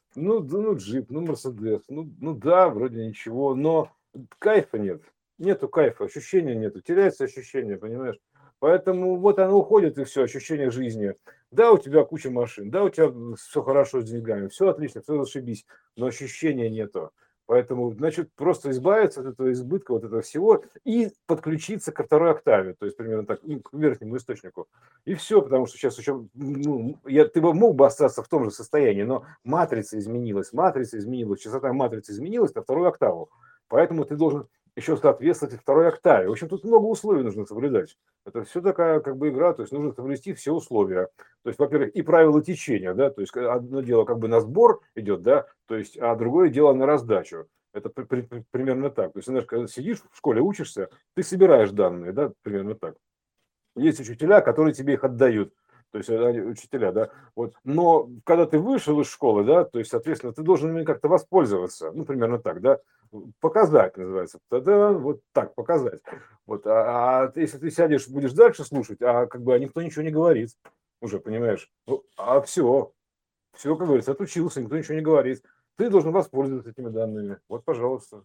ну джип, ну Мерседес, ну да, вроде ничего, но кайфа нет. Нету кайфа, ощущения нету, теряется ощущение, понимаешь? Поэтому вот оно уходит, и все, ощущение жизни. Да, у тебя куча машин, да, у тебя все хорошо с деньгами, все отлично, все зашибись, но ощущения нету. Поэтому, значит, просто избавиться от этого избытка, вот этого всего и подключиться ко второй октаве, то есть примерно так, ну, к верхнему источнику. И все, потому что сейчас еще, ну, ты бы мог бы остаться в том же состоянии, но матрица изменилась, частота матрицы изменилась на вторую октаву. Поэтому ты должен еще соответствовать второй октаве. В общем, тут много условий нужно соблюдать. Это все такая как бы игра, то есть нужно соблюсти все условия. То есть, во-первых, и правила течения, да, то есть одно дело как бы на сбор идет, да, то есть, а другое дело на раздачу. Это примерно так. То есть, знаешь, когда сидишь в школе, учишься, ты собираешь данные, да, примерно так. Есть учителя, которые тебе их отдают. То есть они учителя, да. Вот. Но когда ты вышел из школы, да, то есть, соответственно, ты должен ими как-то воспользоваться. Ну, примерно так, да. Показать называется. Тогда вот так, показать. Вот. А если ты сядешь, будешь дальше слушать, а как бы никто ничего не говорит, уже, понимаешь. Ну, а все, как говорится, отучился, никто ничего не говорит. Ты должен воспользоваться этими данными. Вот, пожалуйста.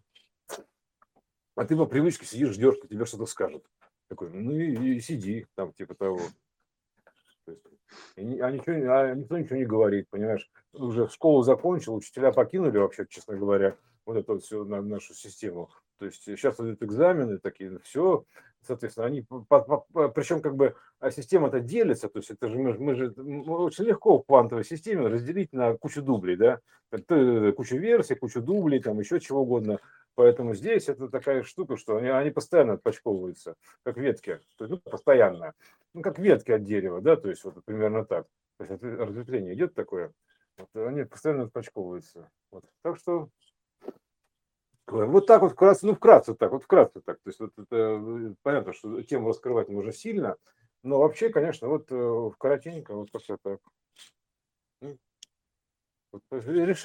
А ты по привычке сидишь, ждешь, что тебе что-то скажут. Такой, ну и сиди, там, типа того. То есть, никто ничего не говорит, понимаешь? Уже школу закончил, учителя покинули вообще, честно говоря, вот это вот все нашу систему. То есть сейчас идут экзамены такие, все, соответственно, они, причем как бы система-то делится, то есть это же очень легко в квантовой системе разделить на кучу дублей, да, кучу версий, кучу дублей, там еще чего угодно. Поэтому здесь это такая штука, что они постоянно отпочковываются, как ветки, то есть, ну, постоянно, ну, как ветки от дерева, да, то есть вот примерно так. То есть разветвление идет такое, вот, они постоянно отпочковываются. Вот. Так что вот так вот вкратце, ну вкратце так, вот вкратце так. То есть вот это понятно, что тему раскрывать можно сильно, но вообще, конечно, вот коротенько, вот как-то так. Ну, вот, то есть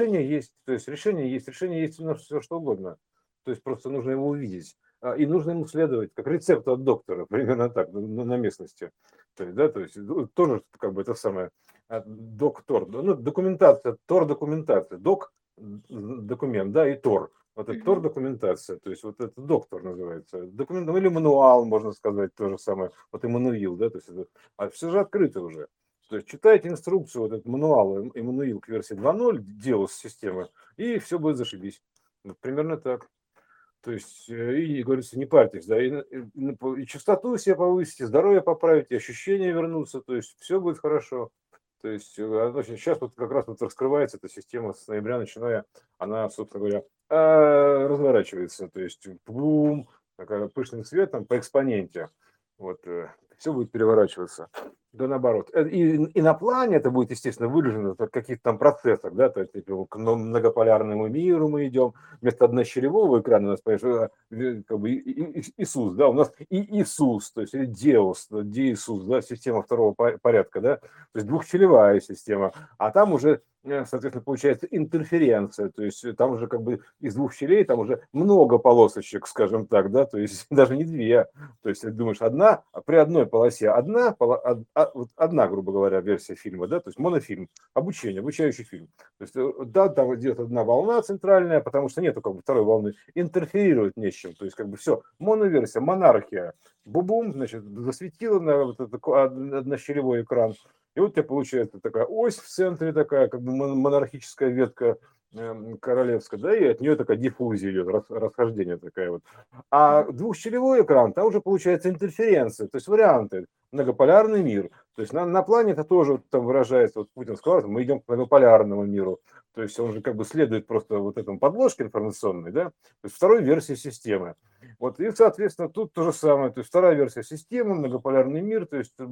решение есть на все что угодно. То есть просто нужно его увидеть. И нужно ему следовать, как рецепту от доктора, примерно так, на местности. То есть, да, то есть тоже как бы это самое, доктор, ну, документация, тор документация, документ, да, и тор. Вот это тор Мгм. документация, то есть вот это доктор называется. Документ, ну, или мануал, можно сказать, то же самое. Вот Эммануил, да, то есть а все же открыто уже. То есть читайте инструкцию, вот этот мануал Эммануил к версии 2.0, делос системы, и все будет зашибись. Вот примерно так. То есть, и говорится, не парьтесь, да, и частоту себе повысите, здоровье поправите, ощущения вернутся, то есть все будет хорошо. То есть сейчас вот как раз вот раскрывается эта система с ноября начиная, она, собственно говоря, разворачивается, то есть бум, такая пышным цветом по экспоненте. Вот, все будет переворачиваться. Да наоборот. И на плане это будет, естественно, выражено в каких-то там процессах, да, то есть типа, к многополярному миру мы идем, вместо однощелевого экрана у нас, понимаешь, как бы Иисус, да, у нас и Иисус, то есть или Деус, Деисус, да, система второго порядка, да, то есть двухчелевая система, а там уже, соответственно, получается интерференция, то есть там уже как бы из двух щелей, там уже много полосочек, скажем так, да, то есть даже не две, то есть ты думаешь, одна, при одной полосе вот одна, грубо говоря, версия фильма, да, то есть монофильм, обучающий фильм. То есть, да, там идет одна волна центральная, потому что нету как бы второй волны, интерферировать не с чем. То есть, как бы все, моноверсия, монархия, бубум, значит, засветила на вот этот однощелевой экран. И вот у тебя получается такая ось в центре, такая как бы монархическая ветка королевская, да, и от нее такая диффузия идет, расхождение такая вот. А Мгм. двухщелевой экран, там уже получается интерференция, то есть варианты, многополярный мир. То есть на плане это тоже там выражается, вот Путин сказал, мы идем к многополярному миру. То есть он же как бы следует просто вот этому подложке информационной, да, то есть второй версии системы. Вот, и, соответственно, тут то же самое, то есть вторая версия системы, многополярный мир, то есть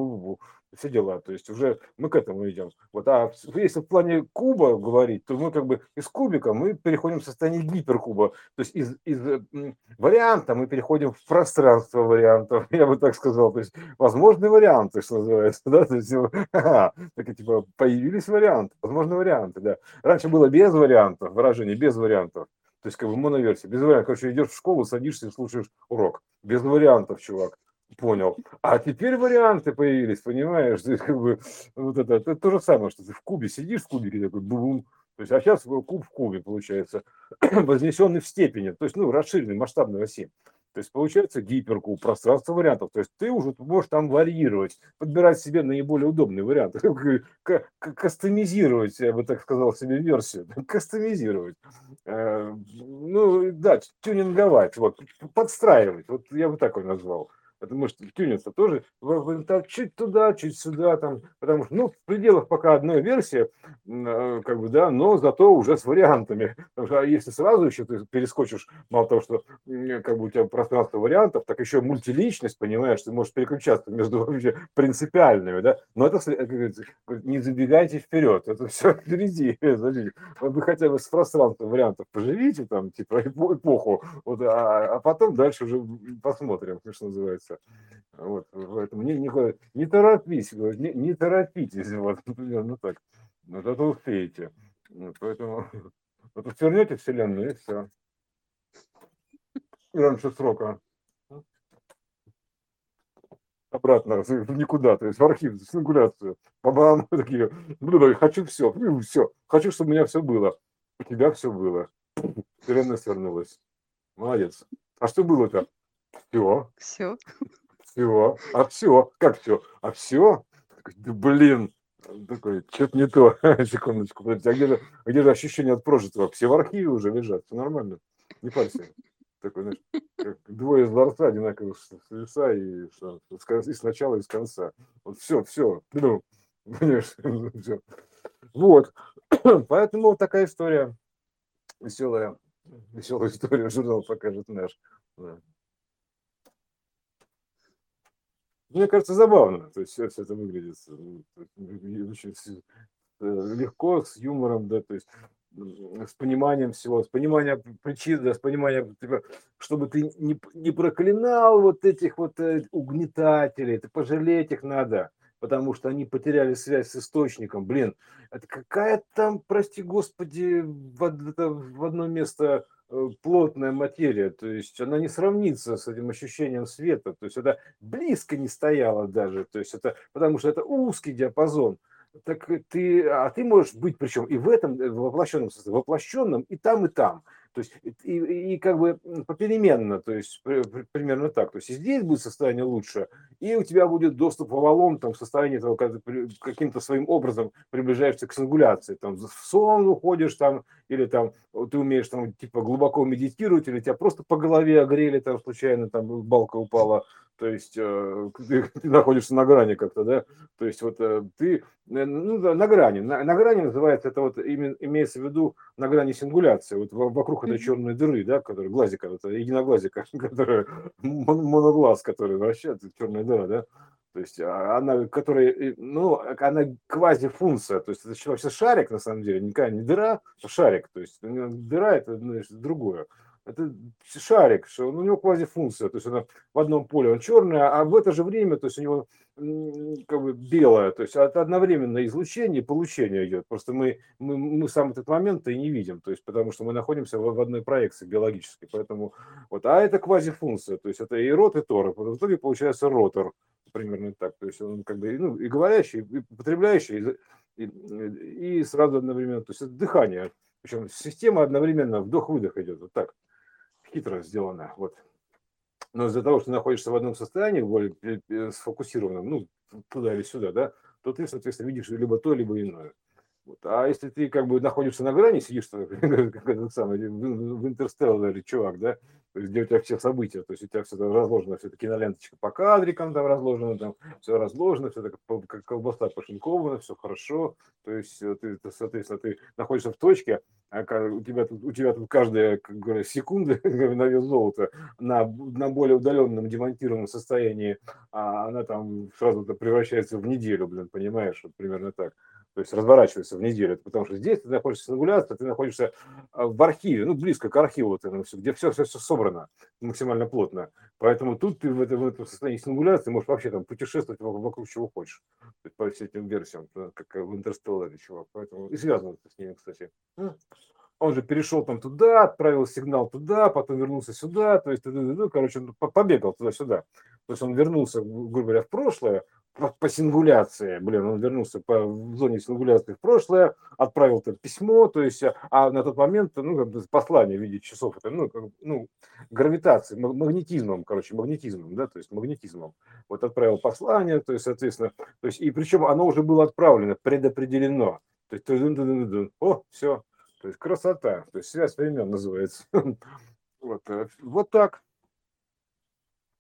все дела, то есть уже мы к этому идем. Вот, а если в плане куба говорить, то мы как бы из кубика мы переходим в состояние гиперкуба, то есть из варианта мы переходим в пространство вариантов, я бы так сказал, то есть возможные варианты, что называется, да, то есть, так, типа, появились варианты, возможные варианты, да. Раньше было без вариантов, выражение без вариантов, то есть как бы моноверсия, без вариантов, короче, идешь в школу, садишься и слушаешь урок, без вариантов, чувак, понял. А теперь варианты появились, понимаешь, то есть, как бы, вот это то же самое, что ты в кубе сидишь, в кубике такой, бум, то есть, а сейчас куб в кубе получается, вознесенный в степени, то есть, ну, расширенный, масштабной оси. То есть получается гиперкуб, пространство вариантов. То есть ты уже можешь там варьировать, подбирать себе наиболее удобный вариант, кастомизировать, я бы так сказал, себе версию, кастомизировать. Ну, да, тюнинговать, вот, подстраивать, вот я бы так его назвал. Потому что тюнится тоже там, чуть туда, чуть сюда, там, потому что, ну, в пределах пока одной версии, как бы, да, но зато уже с вариантами. Потому что если сразу еще ты перескочишь, мало того, что как бы у тебя пространство вариантов, так еще мультиличность, понимаешь, ты можешь переключаться между вообще принципиальными, да, но это, как говорится, не забегайте вперед, это все впереди, смотрите, вот вы хотя бы с пространством вариантов поживите, там, типа, эпоху, вот, а потом дальше уже посмотрим, что называется. Вот, поэтому не торопись, не торопитесь, вот, примерно так. Вот это успеете. Вот, поэтому вот свернете вселенную, и все. Раньше срока. Обратно в никуда, то есть в архив, в сингуляцию. Бабам, такие, хочу все, все. Хочу, чтобы у меня все было. У тебя все было. Вселенная свернулась. Молодец. А что было-то? Все, Всё. все. А все? Как все? А все? Да блин. Такой, что-то не то. Секундочку, подождите, где же ощущение от прожитого? Все в архиве уже лежат, все нормально. Не парься. Такой, знаешь, как двое из ларца одинаковых лица и, что, и сначала, и с конца. Вот все, ну, понимаешь, все. Вот. Поэтому вот такая история. Веселая, веселая история. Журнал покажет наш. Да. Мне кажется, забавно. То есть все это выглядит очень легко, с юмором, да, то есть с пониманием всего, с пониманием причин, да, с пониманием, типа, чтобы ты не проклинал вот этих вот угнетателей, ты пожалеть их надо, потому что они потеряли связь с источником. Блин, это какая там, прости господи, в одно место плотная материя, то есть она не сравнится с этим ощущением света, то есть это близко не стояло даже, то есть это, потому что это узкий диапазон. Так ты можешь быть, причем и в этом воплощенном состоянии, воплощенном и там, и там. То есть и как бы попеременно, то есть примерно так. То есть и здесь будет состояние лучше, и у тебя будет доступ в Авалон, там, в состоянии того, когда ты каким-то своим образом приближаешься к сингуляции. Там в сон уходишь, там, или там ты умеешь там типа глубоко медитировать, или тебя просто по голове огрели, там случайно там балка упала. То есть ты находишься на грани как-то, да? То есть вот ты ну, да, на грани. На грани называется это вот имеется в виду на грани сингуляции. Вот вокруг этой Мгм. черной дыры, да, которая глазика, это единоглазика, которая моноглаз, который вращается, черная дыра, да. То есть она, которая, ну, она квазифункция, то есть это вообще шарик на самом деле, никакая не дыра, а шарик. То есть дыра это значит, другое. Это шарик, что у него квазифункция, то есть она в одном поле он черный, а в это же время, то есть у него как бы белое, то есть это одновременно излучение и получение идет. Просто мы сам этот момент-то и не видим, то есть потому что мы находимся в одной проекции биологической, поэтому вот, а это квазифункция, то есть это и рот, и тор, в итоге получается ротор, примерно так, то есть он как бы ну, и говорящий, и потребляющий, и сразу одновременно, то есть это дыхание, причем система одновременно вдох-выдох идет, вот так, хитро сделано, вот. Но из-за того, что ты находишься в одном состоянии, более сфокусированном, ну, туда или сюда, да, то ты, соответственно, видишь либо то, либо иное. Вот. А если ты как бы находишься на грани, сидишь как этот самый в Интерстелларе чувак, да, то есть где у тебя все события, то есть у тебя все там разложено, все таки киноленточка по кадрикам там разложено, там все разложено, все так как колбаса пошинкована, все хорошо, то есть соответственно, ты находишься в точке, а у тебя тут каждая, как говорят, секунда на вес золота на более удаленном демонтированном состоянии, она там сразу превращается в неделю, блин, понимаешь, вот примерно так. То есть разворачивается в неделю, потому что здесь ты находишься в сингуляции, ты находишься в архиве, ну, близко к архиву, где все собрано максимально плотно. Поэтому тут ты в этом состоянии сингуляции можешь вообще там путешествовать вокруг чего хочешь. То есть по всем этим версиям, как в Интерстелларе, чувак. Поэтому и связано это с ними, кстати. Он же перешел там туда, отправил сигнал туда, потом вернулся сюда, то есть, ну, короче, он побегал туда-сюда. То есть он вернулся, грубо говоря, в прошлое, по сингуляции, блин, он вернулся в зоне сингуляции в прошлое, отправил там письмо, то есть, а на тот момент, ну, как бы послание в виде часов, это, ну, гравитацией, магнетизмом, короче, магнетизмом, да, то есть магнетизмом. Вот отправил послание, то есть, соответственно, то есть, и причем оно уже было отправлено, предопределено. То есть, о, все, то есть красота, то есть связь времен называется. Вот, вот так.